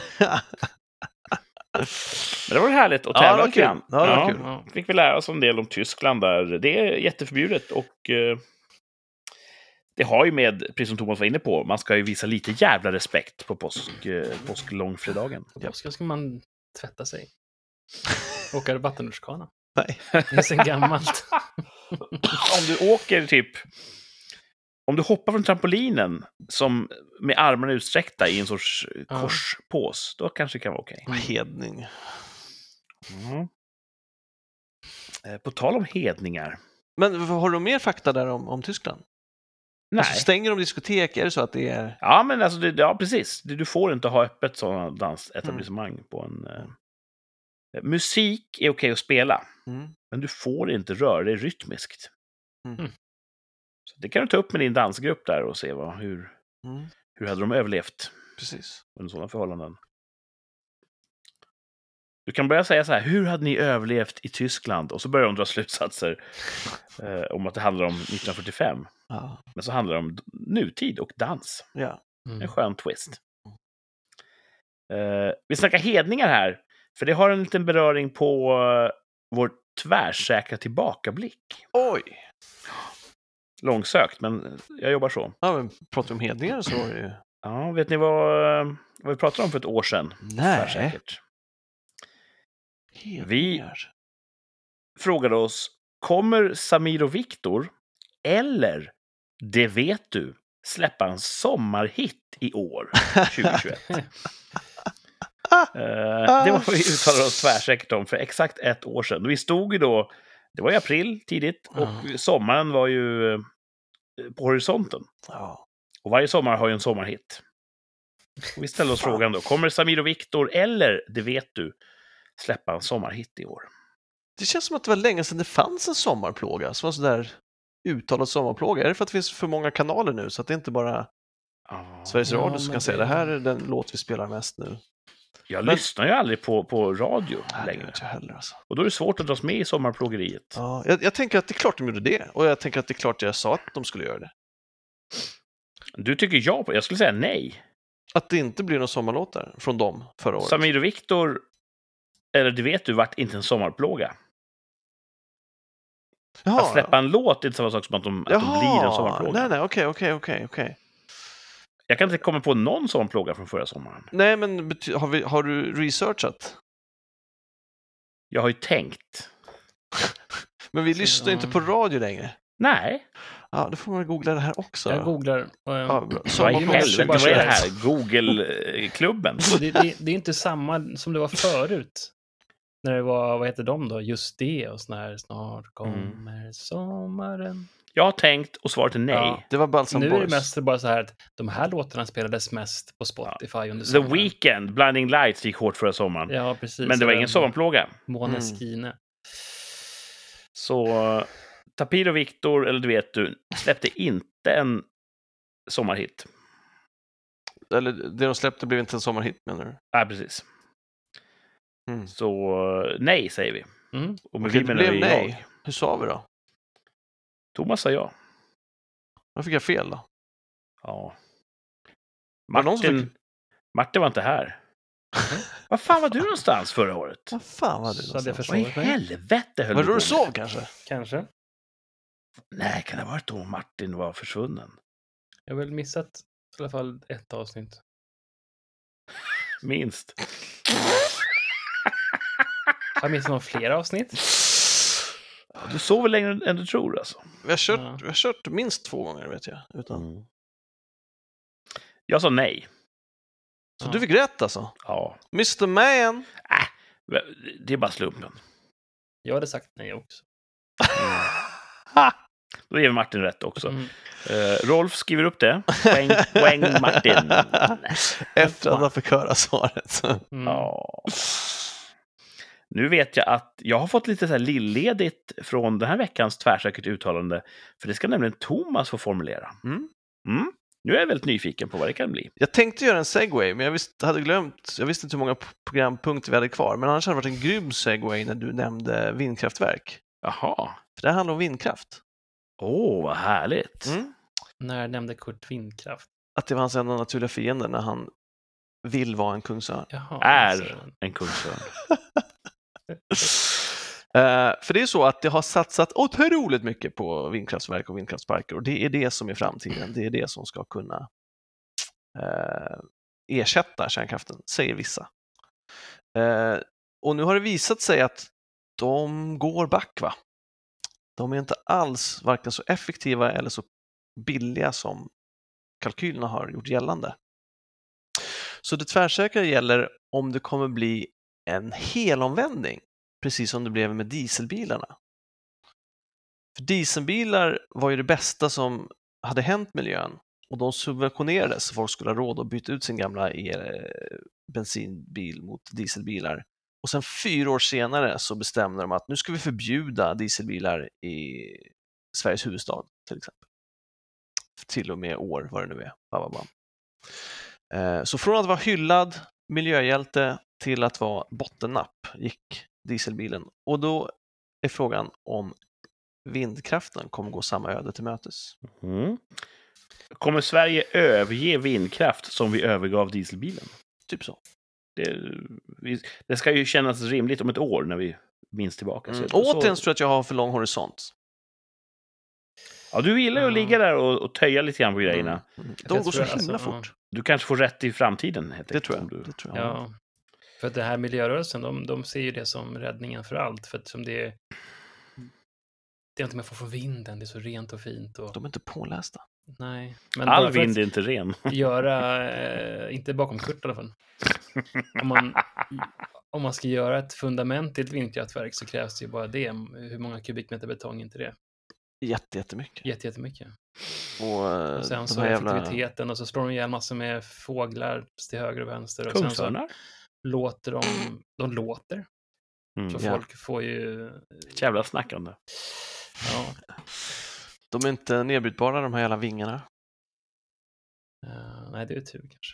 Men det var härligt att Ja, tävla det var lite kul. grann. Ja, det var kul. Ja. Fick vi lära oss en del om Tyskland där. Det är jätteförbjudet och eh, det har ju med, precis som Thomas var inne på, man ska ju visa lite jävla respekt på påsk, eh, påsklångfredagen. På påsken ska man tvätta sig. Åka vattenrutschkana. Nej. Det är sen gammalt. Om du åker typ, om du hoppar från trampolinen som med armarna utsträckta i en sorts Ja. korspås, då kanske det kan vara okej. Hedning. Mm. Eh, På tal om hedningar. Men har du mer fakta där om, om Tyskland? Nej. Alltså, stänger de diskotek? Är det så att det är... Ja, men alltså, det, ja, precis. Du får inte ha öppet sådana dansetablissemang mm. på en... Eh... Musik är okej att spela, Mm. men du får inte röra dig rytmiskt. Mm. Så det kan du ta upp med din dansgrupp där och se vad, hur, Mm. hur hade de överlevt Precis. under sådana förhållanden. Du kan börja säga så här, hur hade ni överlevt i Tyskland? Och så börjar de dra slutsatser eh, om att det handlar om nittonhundrafyrtiofem. Ja. Men så handlar det om nutid och dans. Ja. Mm. En skön twist. Eh, vi snackar hedningar här, för det har en liten beröring på uh, vår tvärsäkra tillbakablick. Oj! Långsökt, men jag jobbar så. Ja, men pratar vi om hedningar så var det ju... Ja, vet ni vad, vad vi pratade om för ett år sedan? Nej. Tvärsäkert. Hedningar. Vi frågade oss, kommer Samir och Viktor eller Det vet du släppa en sommarhit i år, tjugohundratjugoett? uh, det var vad vi uttalade oss tvärsäkert om för exakt ett år sedan. Vi stod ju då, det var i april tidigt, och Mm. sommaren var ju uh, på horisonten. Ja. Och varje sommar har ju en sommarhit. Och vi ställer oss Fan. frågan då, kommer Samir och Viktor eller Det vet du släppa en sommarhit i år? Det känns som att det var länge sedan det fanns en sommarplåga som var sådär uttalad sommarplåga. Är det för att det finns för många kanaler nu så att det inte bara Ah, Sveriges Ja, Radio som men kan säga det- det här är den låt vi spelar mest nu? jag men- lyssnar ju aldrig på, på radio Nej, det längre. gör inte jag heller alltså. Och då är det svårt att dras med i sommarplågeriet. Ja, jag, jag tänker att det är klart de gjorde det och jag tänker att det är klart jag sa att de skulle göra det. Du tycker ja på, jag skulle säga nej. Att det inte blir några sommarlåtar från dem förra året. Samir och Viktor, eller Det vet du, vart inte en sommarplåga. Jaha, Att släppa en låt är inte samma sak som att de, att de blir en sommarplåga. nej, nej, okej, okej, okej, okej. Jag kan inte komma på någon sommarplåga från förra sommaren. Nej, men bety- har, vi, har du researchat? Jag har ju tänkt. Men vi Så, lyssnar ja. inte på radio längre. Nej, Ja, då får man googla det här också. Jag googlar. Och, Ja, ja, bra. vad i Sommarplåga helvete, vad är det här? tjugohundratjugoett. Google-klubben? det, det, det är inte samma som det var förut. När det var, vad heter de då? Just det och sån här, snart kommer sommaren. Jag har tänkt och svaret är nej. Ja. Det var Balsam Nu är det Boys. mest bara så här att de här låtarna spelades mest på Spotify under The sommaren. Weeknd, Blinding Lights gick hårt förra sommaren. Ja, precis. Men det var Och ingen den- sommarplåga. Måneskine. Så Tapir och Viktor, eller Du vet du, släppte inte en sommarhit. Eller det de släppte blev inte en sommarhit, menar du? Nej, precis. Mm. Så nej, säger vi. Mm. Och med Okej, vi det menar blev vi nej. jag. Hur sa vi då? Thomas sa ja. Då fick jag fel då. Ja. Var det någon som Martin, Martin var inte här. Vad fan var du någonstans förra året? Vad fan var det Så hade jag någonstans? Vad i försovit mig. helvete höll Var du det på då du med? sov kanske? Kanske. Nej, kan det ha varit då Martin var försvunnen? Jag har väl missat i alla fall ett avsnitt. Minst. Har jag missat några fler avsnitt? Du sover längre än du tror alltså. Vi har kört, Ja. vi har kört minst två gånger, vet jag. Utan... Jag sa nej. Så Ja. du fick rätt alltså? Ja. mister Man! Äh, det är bara slumpen. Jag hade sagt nej också. Då ger vi Martin rätt också. Mm. Uh, Rolf skriver upp det. Poäng, poäng Martin. Efter att han fick höra svaret. Mm. Ja. Nu vet jag att jag har fått lite så här lilledigt från den här veckans tvärsäkert uttalande. För det ska nämligen Thomas få formulera. Mm. Mm. Nu är jag väldigt nyfiken på vad det kan bli. Jag tänkte göra en segway, men jag visste, hade glömt. Jag visste inte hur många p- programpunkter vi hade kvar. Men annars hade det varit en grym segway när du nämnde vindkraftverk. Jaha. För det handlar om vindkraft. Åh, vad härligt. Mm. När nämnde Kurt vindkraft? Att det var hans enda naturliga fiende när han vill vara en kungsörn. Jaha, Är alltså. en kungsörn. Uh, för det är så att det har satsat otroligt mycket på vindkraftverk och vindkraftsparker och det är det som är framtiden. Det är det som ska kunna uh, ersätta kärnkraften, säger vissa. Uh, och nu har det visat sig att de går back, va? De är inte alls varken så effektiva eller så billiga som kalkylerna har gjort gällande. Så det tvärsäkra gäller om det kommer bli en helomvändning, precis som det blev med dieselbilarna. För dieselbilar var ju det bästa som hade hänt miljön och de subventionerades så folk skulle ha råd att byta ut sin gamla el, bensinbil mot dieselbilar. Och sen fyra år senare så bestämde de att nu ska vi förbjuda dieselbilar i Sveriges huvudstad till exempel. Till och med år, vad det nu är. Bababa. Så från att vara hyllad miljöhjälte till att vara bottennapp gick dieselbilen. Och då är frågan om vindkraften kommer gå samma öde till mötes. Mm. Kommer Sverige överge vindkraft som vi övergav dieselbilen? Typ så. Det, vi, det ska ju kännas rimligt om ett år när vi minns tillbaka. Mm. Så, Återigen tror jag att jag har för lång horisont. Ja, du gillar ju att ligga där och, och töja lite grann på grejerna. Mm. De går så jag, himla alltså, fort. Du kanske får rätt i framtiden. Helt Det tror jag. Du... Det tror jag. Ja, för att det här miljörörelsen, de, de ser ju det som räddningen för allt. För att som det är, det är inte man får från vinden, det är så rent och fint. Och... De är inte pålästa. Nej. Men All bara för vind är att inte ren. göra, eh, inte bakom kurt i alla fall. Om man, om man ska göra ett fundament till ett vindkraftverk så krävs det ju bara det. Hur många kubikmeter betong är inte det? Jätte, jättemycket. Jätte, jättemycket. Och, eh, Och sen de så här är jävla... effektiviteten och så slår de ihjäl massor med fåglar till höger och vänster. Och sen så Kungsörnar? låter de, de låter. Mm. Så Ja. folk får ju... Jävla snackande. Ja, De är inte nedbrytbara, de här jävla vingarna. uh, nej, det är tur kanske.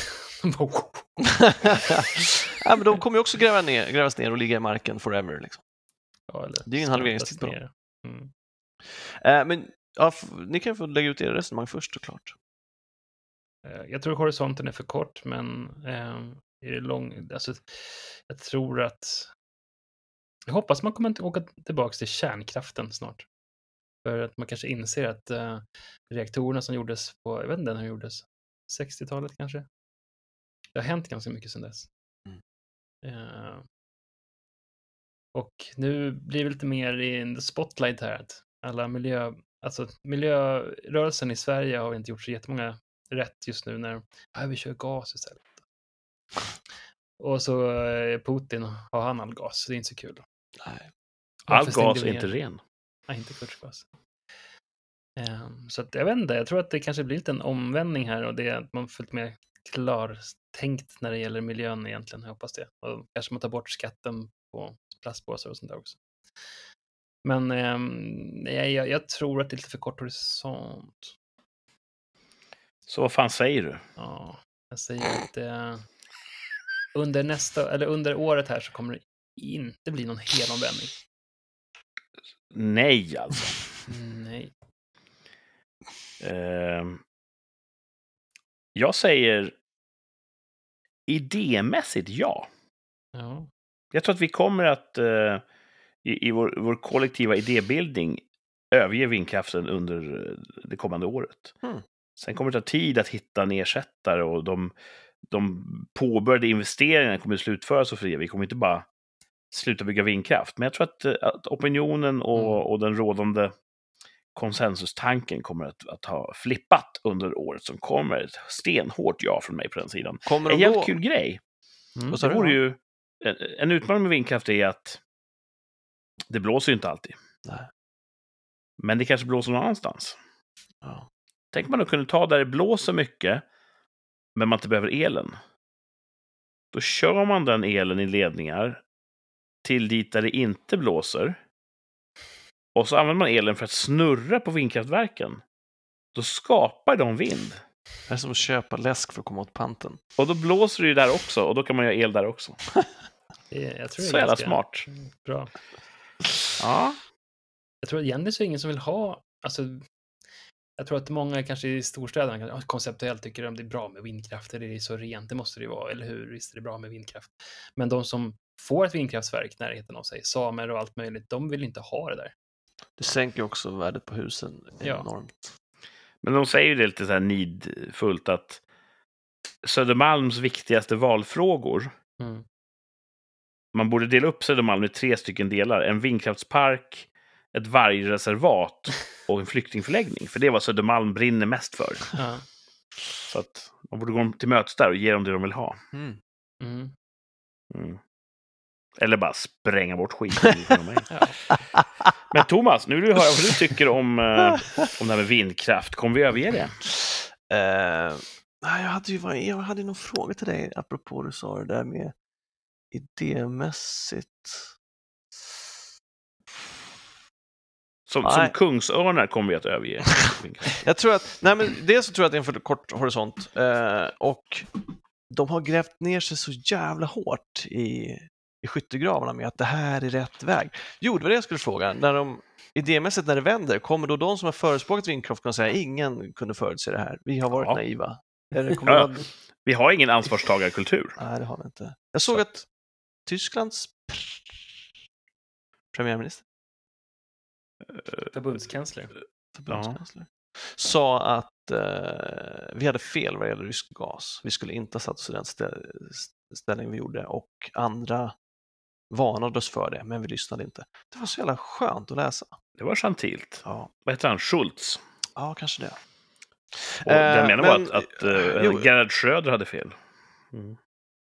Ja, men de kommer ju också gräva ner, grävas ner och ligga i marken forever. Liksom. Ja, eller Det är ju en halveringstid på dem. ner. Mm. Eh, men ja, f- ni kan få lägga ut era resonemang först såklart. Eh, Jag tror horisonten är för kort, men eh, är det lång... Alltså, jag tror att... Jag hoppas man kommer inte åka tillbaka till kärnkraften snart. För att man kanske inser att eh, reaktorerna som gjordes på, jag vet inte när de gjordes, sextiotalet kanske? Det har hänt ganska mycket sedan dess. Mm. Eh, och nu blir det lite mer i en spotlight här. Att alla miljö... Alltså miljörörelsen i Sverige har inte gjort så jättemånga rätt just nu när ah, vi kör gas istället. Och så eh, Putin har han all gas, så det är inte så kul. Nej. All Varför stängde gas vi är ner? inte ren. Nej, inte kustgas. Um, så att, jag vet inte, jag tror att det kanske blir lite en omvändning här och det är att man får lite mer klartänkt när det gäller miljön egentligen, jag hoppas det. Och kanske man tar bort skatten på plastpåsar och sånt där också. Men um, jag, jag, jag tror att det är lite för kort horisont. Så vad fan säger du? Ja, jag säger att eh, under nästa, eller under året här så kommer det inte bli någon helomvändning. Nej, alltså. Nej. Ehm, jag säger idémässigt ja. Ja. Jag tror att vi kommer att eh, i, i vår, vår kollektiva idébildning överge vindkraften under eh, det kommande året. Mm. Sen kommer det ta tid att hitta en ersättare och de, de påbörjade investeringarna kommer att slutföras och för det. Vi kommer inte bara sluta bygga vindkraft. Men jag tror att, att opinionen och, Mm. och den rådande konsensustanken kommer att, att ha flippat under året som kommer. Ett stenhårt ja från mig på den sidan. Kommer En de jävligt gå... kul grej. Mm. Vad sa Det du? vore ju, en, en utmaning med vindkraft är att det blåser ju inte alltid. Nej. Men det kanske blåser någon annanstans. Ja. Tänk man att kunna ta där det blåser mycket, men man inte behöver elen. Då kör man den elen i ledningar till dit där det inte blåser. Och så använder man elen för att snurra på vindkraftverken. Då skapar de vind. Det är som att köpa läsk för att komma åt panten. Och då blåser det ju där också, och då kan man göra el där också. Det, jag tror det är Så jävla ganska smart. bra. Ja. Jag tror att egentligen så är det ingen som vill ha, alltså, jag tror att många kanske i storstäderna kanske, ja, konceptuellt tycker att det är bra med vindkraft, det är så rent, det måste det vara, eller hur? Visst är det bra med vindkraft. Men de som får ett vindkraftverk i närheten av sig, samer och allt möjligt, de vill inte ha det där. Det sänker också värdet på husen Ja. enormt. Men de säger ju det lite så här nidfullt att Södermalms viktigaste valfrågor, Mm. man borde dela upp Södermalm i tre stycken delar. En vindkraftspark, ett vargreservat och en flyktingförläggning. För det är vad Södermalm brinner mest för. Ja. Så att man borde gå dem till mötes där och ge dem det de vill ha. Mm. Mm. Mm. Eller bara spränga bort skiten från mig. Ja. Men Thomas, nu vill du höra vad du tycker om, eh, om det här med vindkraft. Kommer vi överge det? Eh, nej, jag hade ju vad- jag hade någon fråga till dig apropå du sa det där med idémässigt. Som, Nej. som kungsörnar kommer vi att överge vindkraft. Jag tror att, nej men dels så tror jag att det är en för kort horisont eh, och de har grävt ner sig så jävla hårt i, i skyttegravarna med att det här är rätt väg. Jo, det var det jag skulle fråga. När de, idémässigt när det vänder, kommer då de som har förespråkat vindkraft kunna säga ingen kunde förutse det här, vi har varit Ja. naiva? Eller kommer Ja. det vara... Vi har ingen ansvarstagarkultur. Nej, det har vi inte. Jag såg Så. att Tysklands premiärminister, Förbundskansler. förbundskansler, sa att eh, vi hade fel vad gäller rysk gas. Vi skulle inte ha satt oss i den stä- ställning vi gjorde och andra varnade oss för det, men vi lyssnade inte. Det var så jävla skönt att läsa. Det var gentilt. Ja, Vad heter han? Schultz. ja kanske det. Och den Eh, menar men- var att, att uh, jo. Gerhard Schröder hade fel. Mm.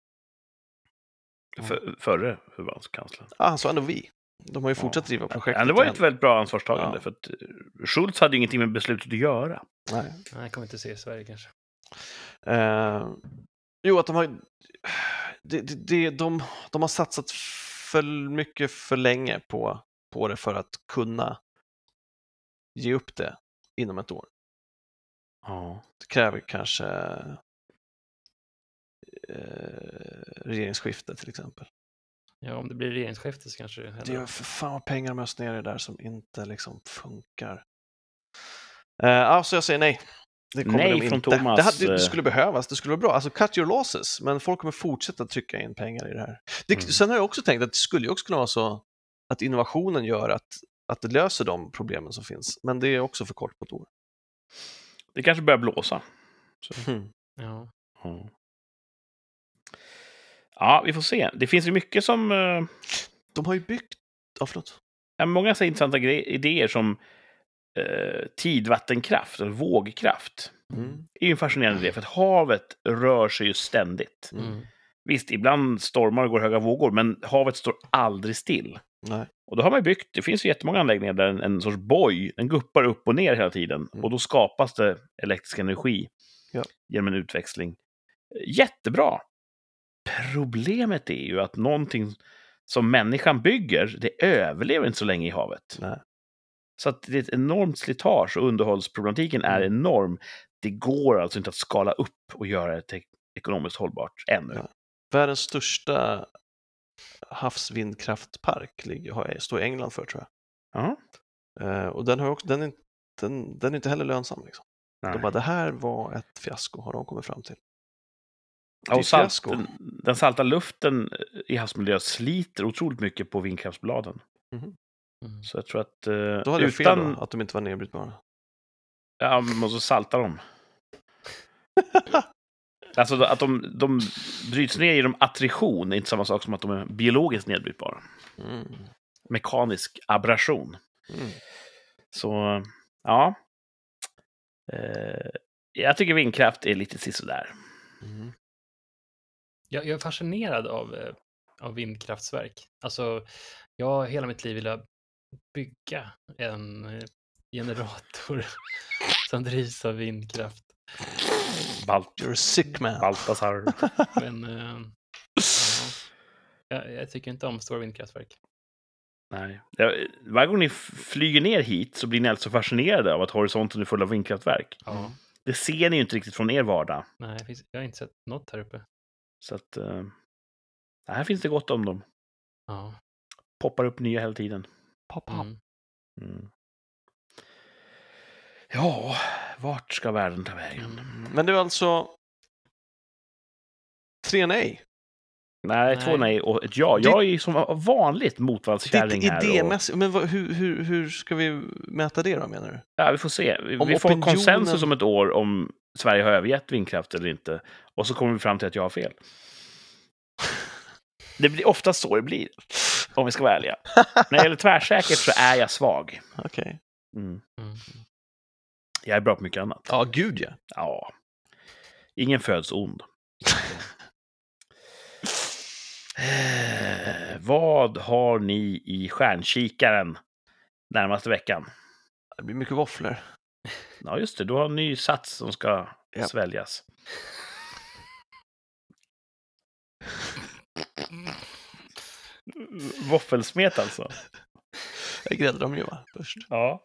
Ja. För, förre förbundskanslern. Ja, han sa ändå vi. De har ju fortsatt driva projektet. Ja, det var ju än. ett väldigt bra ansvarstagande. Ja. För att eh, Schultz hade ju ingenting med beslutet att göra. Nej. Nej, jag kommer inte se i Sverige kanske. Eh, jo, att de har det, det, det, de, de har satsat för mycket för länge på, på det för att kunna ge upp det inom ett år. Ja. Det kräver kanske eh, regeringsskifte till exempel. Ja, om det blir regeringsskifte så kanske det Det händer. är för fan vad pengar de öser ner i det där som inte liksom funkar. Eh, alltså jag säger nej. Det kommer Nej de från inte. Thomas, Det, hade, det eh. skulle behövas, det skulle vara bra. Alltså cut your losses, men folk kommer fortsätta trycka in pengar i det här. Det, Mm. Sen har jag också tänkt att det skulle ju också kunna vara så att innovationen gör att, att det löser de problemen som finns. Men det är också för kort på ett år. Det kanske börjar blåsa. Hmm. Ja. Ja. Ja, vi får se. Det finns ju mycket som... eh, De har ju byggt... Ja, förlåt. Ja, många så intressanta gre- idéer som eh, tidvattenkraft, eller vågkraft. Mm. Det är ju en fascinerande idé, för att havet rör sig ju ständigt. Mm. Visst, ibland stormar och går höga vågor, men havet står aldrig still. Nej. Och då har man ju byggt, det finns ju jättemånga anläggningar där en, en sorts boj, den guppar upp och ner hela tiden. Mm. Och då skapas det elektrisk energi Ja. genom en utväxling. Jättebra! Problemet är ju att någonting som människan bygger, det överlever inte så länge i havet. Nej. Så att det är ett enormt slitage och underhållsproblematiken är Mm. enorm. Det går alltså inte att skala upp och göra det te- ekonomiskt hållbart ännu. Ja. Världens största havsvindkraftpark ligger, har, står i England för, tror jag. Ja. Eh, och den, har också, den, är, den, den är inte heller lönsam. Liksom. Nej. De bara, det här var ett fiasko, har de kommit fram till. Ja, och Det är salt, fiasko. den, den salta luften i havsmiljö sliter otroligt mycket på vindkraftsbladen. Mhm. Mm. Så jag tror att eh, Då hade jag fel utan... då, att de inte var nedbrytbara. Ja, man måste salta dem. Alltså att de, de bryts ner genom attrition är inte samma sak som att de är biologiskt nedbrytbara. Mm. Mekanisk abrasion. Mm. Så, ja. Eh, jag tycker vindkraft är lite sisådär. Mm. Jag, jag är fascinerad av, eh, av vindkraftverk. Alltså, jag har hela mitt liv velat bygga en eh, generator som drivs av vindkraft. Balt, You're a sick man. Baltasar. Men eh, ja, jag, jag tycker inte om stora vindkraftverk. Nej. Jag, varje gång ni f- flyger ner hit så blir ni alltså fascinerade av att horisonten är full av vindkraftverk. Ja, Det ser ni ju inte riktigt från er vardag. nej, det finns, jag har inte sett något här uppe. Så att... Eh, här finns det gott om dem. Ja. Poppar upp nya hela tiden. Pop, pop. Mm. Mm. Ja, vart ska världen ta vägen? Mm. Men det är alltså tre nej. Nej, Nej. två nej och ett ja. Det- Jag är ju som vanligt Ditt motvallskärring här. Och, idémässigt, men vad, hur, hur, hur ska vi mäta det då, menar du? ja, vi får se. Vi, Om vi får opinionen- konsensus om ett år om Sverige har övergett vindkraft eller inte. Och så kommer vi fram till att jag har fel. Det blir ofta så det blir, om vi ska vara ärliga. När det gäller tvärsäkert så är jag svag. Okej. Mm. Mm. Jag är bra på mycket annat. Ja, gud ja. Ja. Ingen föds ond. Eh, vad har ni i stjärnkikaren närmaste veckan? Det blir mycket våfflor. Ja, just det. Du har en ny sats som ska Ja. sväljas. Våffelsmet alltså. Jag gräddar dem ju va, först. Ja.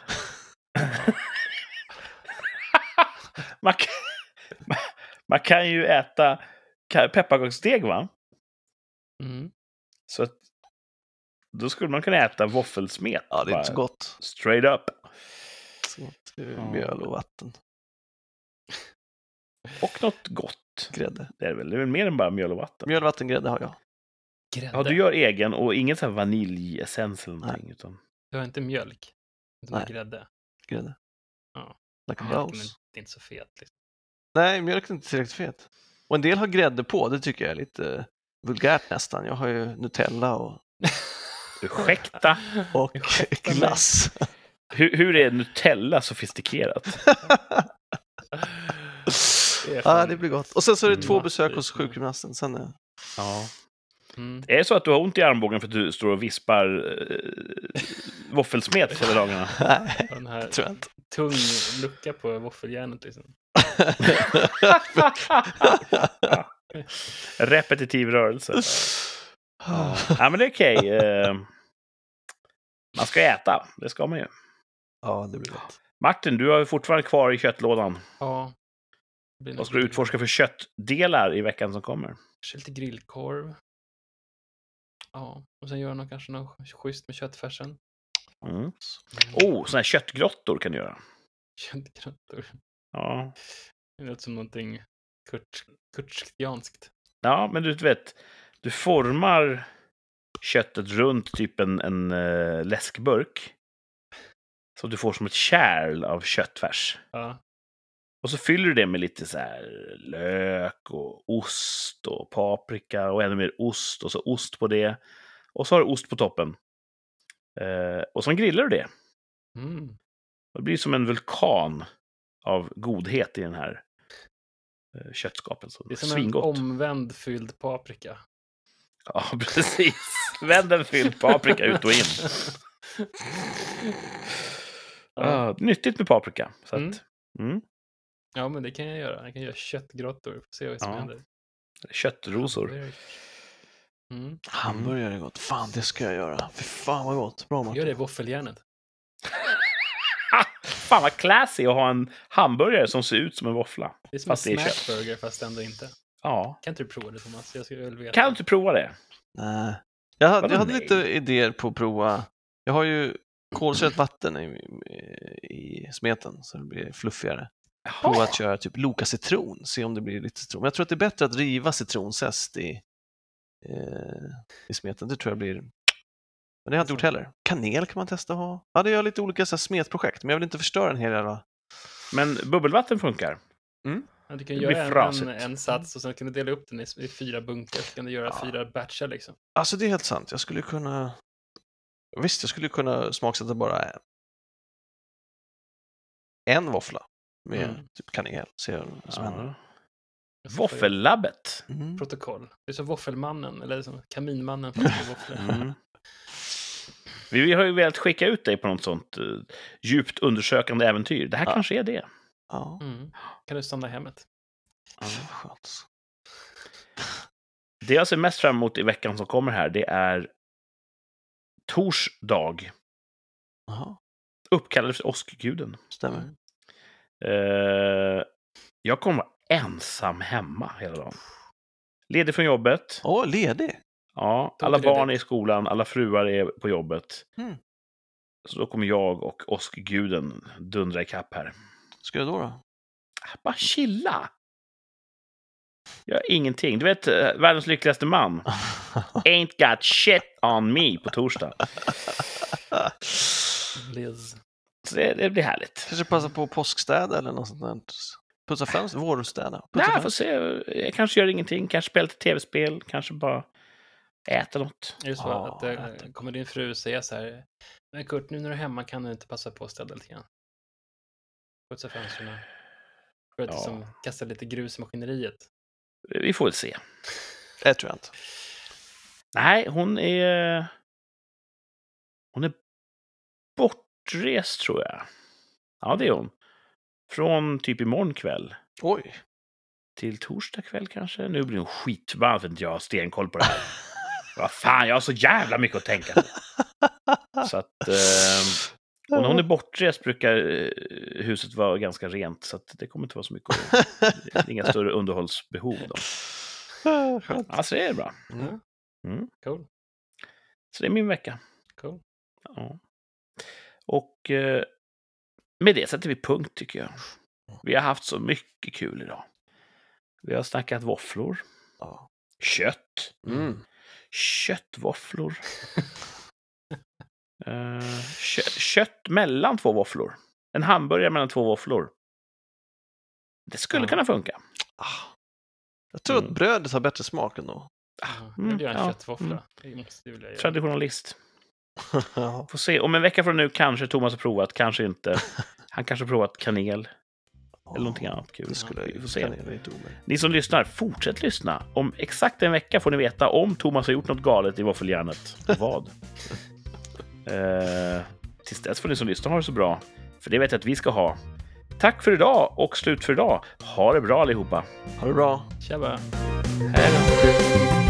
man, kan, man kan ju äta pepparkaksdeg, va? Mm. Så att, då skulle man kunna äta våffelsmet. Ja, det är bara inte så gott. Straight up. Så gott. Mjöl och vatten. Och något gott. Grädde. Det är väl, det är väl mer än bara mjöl och vatten. Mjöl, vatten, grädde har jag. Grädde. Ja, du gör egen och ingen sån här vaniljessens eller någonting. Utan... Du har inte mjölk? Du har Nej. grädde? Grädde. Ja. Like a Mjölken mouse. är inte så fet. Liksom. Nej, mjölk är inte tillräckligt fet. Och en del har grädde på, det tycker jag är lite vulgärt nästan. Jag har ju Nutella och, Ursäkta. och Ursäkta mig. glass. Hur, hur är Nutella sofistikerat? Det är Ja, fan- det blir gott. Och sen så är det Mm. två besök hos sjukgymnasten. Sen är... Ja. Mm. Är det så att du har ont i armbågen för att du står och vispar eh, våffelsmet hela dagarna? Nej, Den här tror jag inte. tung lucka på våffeljärnet liksom. Repetitiv rörelse. Ja, ja men det är okej. Eh, Man ska äta, det ska man ju. Ja, det blir gott. Martin, du har ju fortfarande kvar i köttlådan. Ja. Det blir Vad ska du utforska för köttdelar i veckan som kommer? Kanske lite grillkorv. Ja, och sen gör någon kanske något schysst med köttfärsen. Mm. Mm. Oh, såna här köttgrottor kan du göra. Köttgrottor. Ja. Det låter som någonting kurt, kurtskianskt. Ja, men du vet, du formar köttet runt typ en, en uh, läskburk. Så du får som ett kärl av köttfärs. Ja. Och så fyller du det med lite så här lök och ost och paprika och ännu mer ost och så ost på det. Och så har du ost på toppen. Eh, och så grillar du det. Mm. Det blir som en vulkan av godhet i den här eh, köttskapelsen. Det är som Svingott. en omvänd fylld paprika. Ja, precis. Vänd en fylld paprika ut och in. Ja. Ah, nyttigt med paprika. Så Mm. att, mm. Ja, men det kan jag göra. Jag kan göra köttgrottor. Får se vad som Ja. händer. Köttrosor. Hamburgare. Mm. Hamburgare är gott. Fan, det ska jag göra. Fy fan vad gott. Bra, Martin. Gör det i våffeljärnet. Fan vad classy att ha en hamburgare som ser ut som en våffla. Det är som Fast det en är kött. smackburger fast ändå inte. Ja. Kan inte du prova det, Thomas? Jag skulle väl veta. Kan du inte prova det? Nej. Jag hade, Vadå jag hade nej? lite idéer på att prova. Jag har ju kolsyrat vatten i, i smeten så det blir fluffigare. Prova att köra typ Loka citron, se om det blir lite citron. Men jag tror att det är bättre att riva citronzest i, eh, i smeten. Det tror jag blir... Men det har jag inte gjort heller. Kanel kan man testa att ha. Ja, det gör lite olika så här, smetprojekt, men jag vill inte förstöra en hel jävla... Men bubbelvatten funkar. Ja, du kan Det göra blir en, frasigt. en, en sats och sen kan du dela upp den i, i fyra bunkar. Så kan du göra Ja. fyra batchar liksom. Alltså det är helt sant. Jag skulle kunna... Visst, jag skulle kunna smaksätta bara en våffla med Mm. typ kanel. Se vad som händer. Ja. Jag ska få göra Våffellabbet. Mm. Protokoll. Det är som våffelmannen, eller som kaminmannen fast med våfflor. Mm. Vi vi har ju velat skicka ut dig på något sånt uh, djupt undersökande äventyr. Det här Ja. kanske är det. Ja, Mm. Kan du stanna hemmet? det var skönt. Det jag ser mest fram emot i veckan som kommer här, det är torsdag. Jaha, Uppkallad efter åskguden. stämmer. Mm. Uh, jag kommer vara ensam hemma hela dagen. Ledig från jobbet. Åh, ledig! Ja, Då alla blir det barn är det. i skolan, alla fruar är på jobbet. Mm. Så då kommer jag och åskguden dundra ikapp här. Ska jag då då? Bara chilla! Jag har ingenting. Du vet, eh, världens lyckligaste man. Ain't got shit on me på torsdag. Liz. Så det, det blir härligt. Kanske passa på påskstäda eller något sånt där. Putsa fönster, vårstäda. Putsa Nej, jag får fönster. se. Jag kanske gör ingenting. Kanske spela lite tv-spel. Kanske bara äta något. Är det så Ja, att det, rätt. kommer din fru säga så här, men Kurt, nu när du är hemma kan du inte passa på att städa lite grann? Putsa fönstren. För att Ja. liksom kasta lite grus i maskineriet. Vi får väl se. Det tror jag inte. Nej, hon är... Hon är bortrest, tror jag. Ja, det är hon. Från typ imorgon kväll Oj. till torsdag kväll kanske. Nu blir hon skitband för att jag har stenkoll på det här. Vad fan, jag har så jävla mycket att tänka på. Så att... Eh, och när hon är bortrest brukar eh, huset vara ganska rent. Så att det kommer inte vara så mycket. Det är inga större underhållsbehov då. Skönt. Alltså det är bra. Mm. Mm. Cool. Så det är min vecka. Cool. Ja. Och eh, med det sätter vi punkt, tycker jag. Vi har haft så mycket kul idag. Vi har snackat våfflor. Ja. Kött. Mm. Köttvåfflor. uh, kött, kött mellan två våfflor. En hamburgare mellan två våfflor. Det skulle Ja. kunna funka. Ah. Jag tror Mm. att brödet har bättre smak ändå. Ja, Mm, jag vill göra en ja, köttvåffla. mm. Det måste jag vilja göra. Traditionalist. Ja. Får se. Om en vecka från nu kanske Thomas har provat, kanske inte. Han kanske har provat kanel. Eller någonting annat kul. Det skulle Vi jag får se. kanel är inte omöjligt. Ni som lyssnar, fortsätt lyssna. Om exakt en vecka får ni veta om Thomas har gjort något galet i våffeljärnet. Och vad. eh, tills dess får ni som lyssnar ha det så bra. För det vet jag att vi ska ha. Tack för idag och slut för idag. Ha det bra allihopa. Ha det bra. Tjaba! Hej då.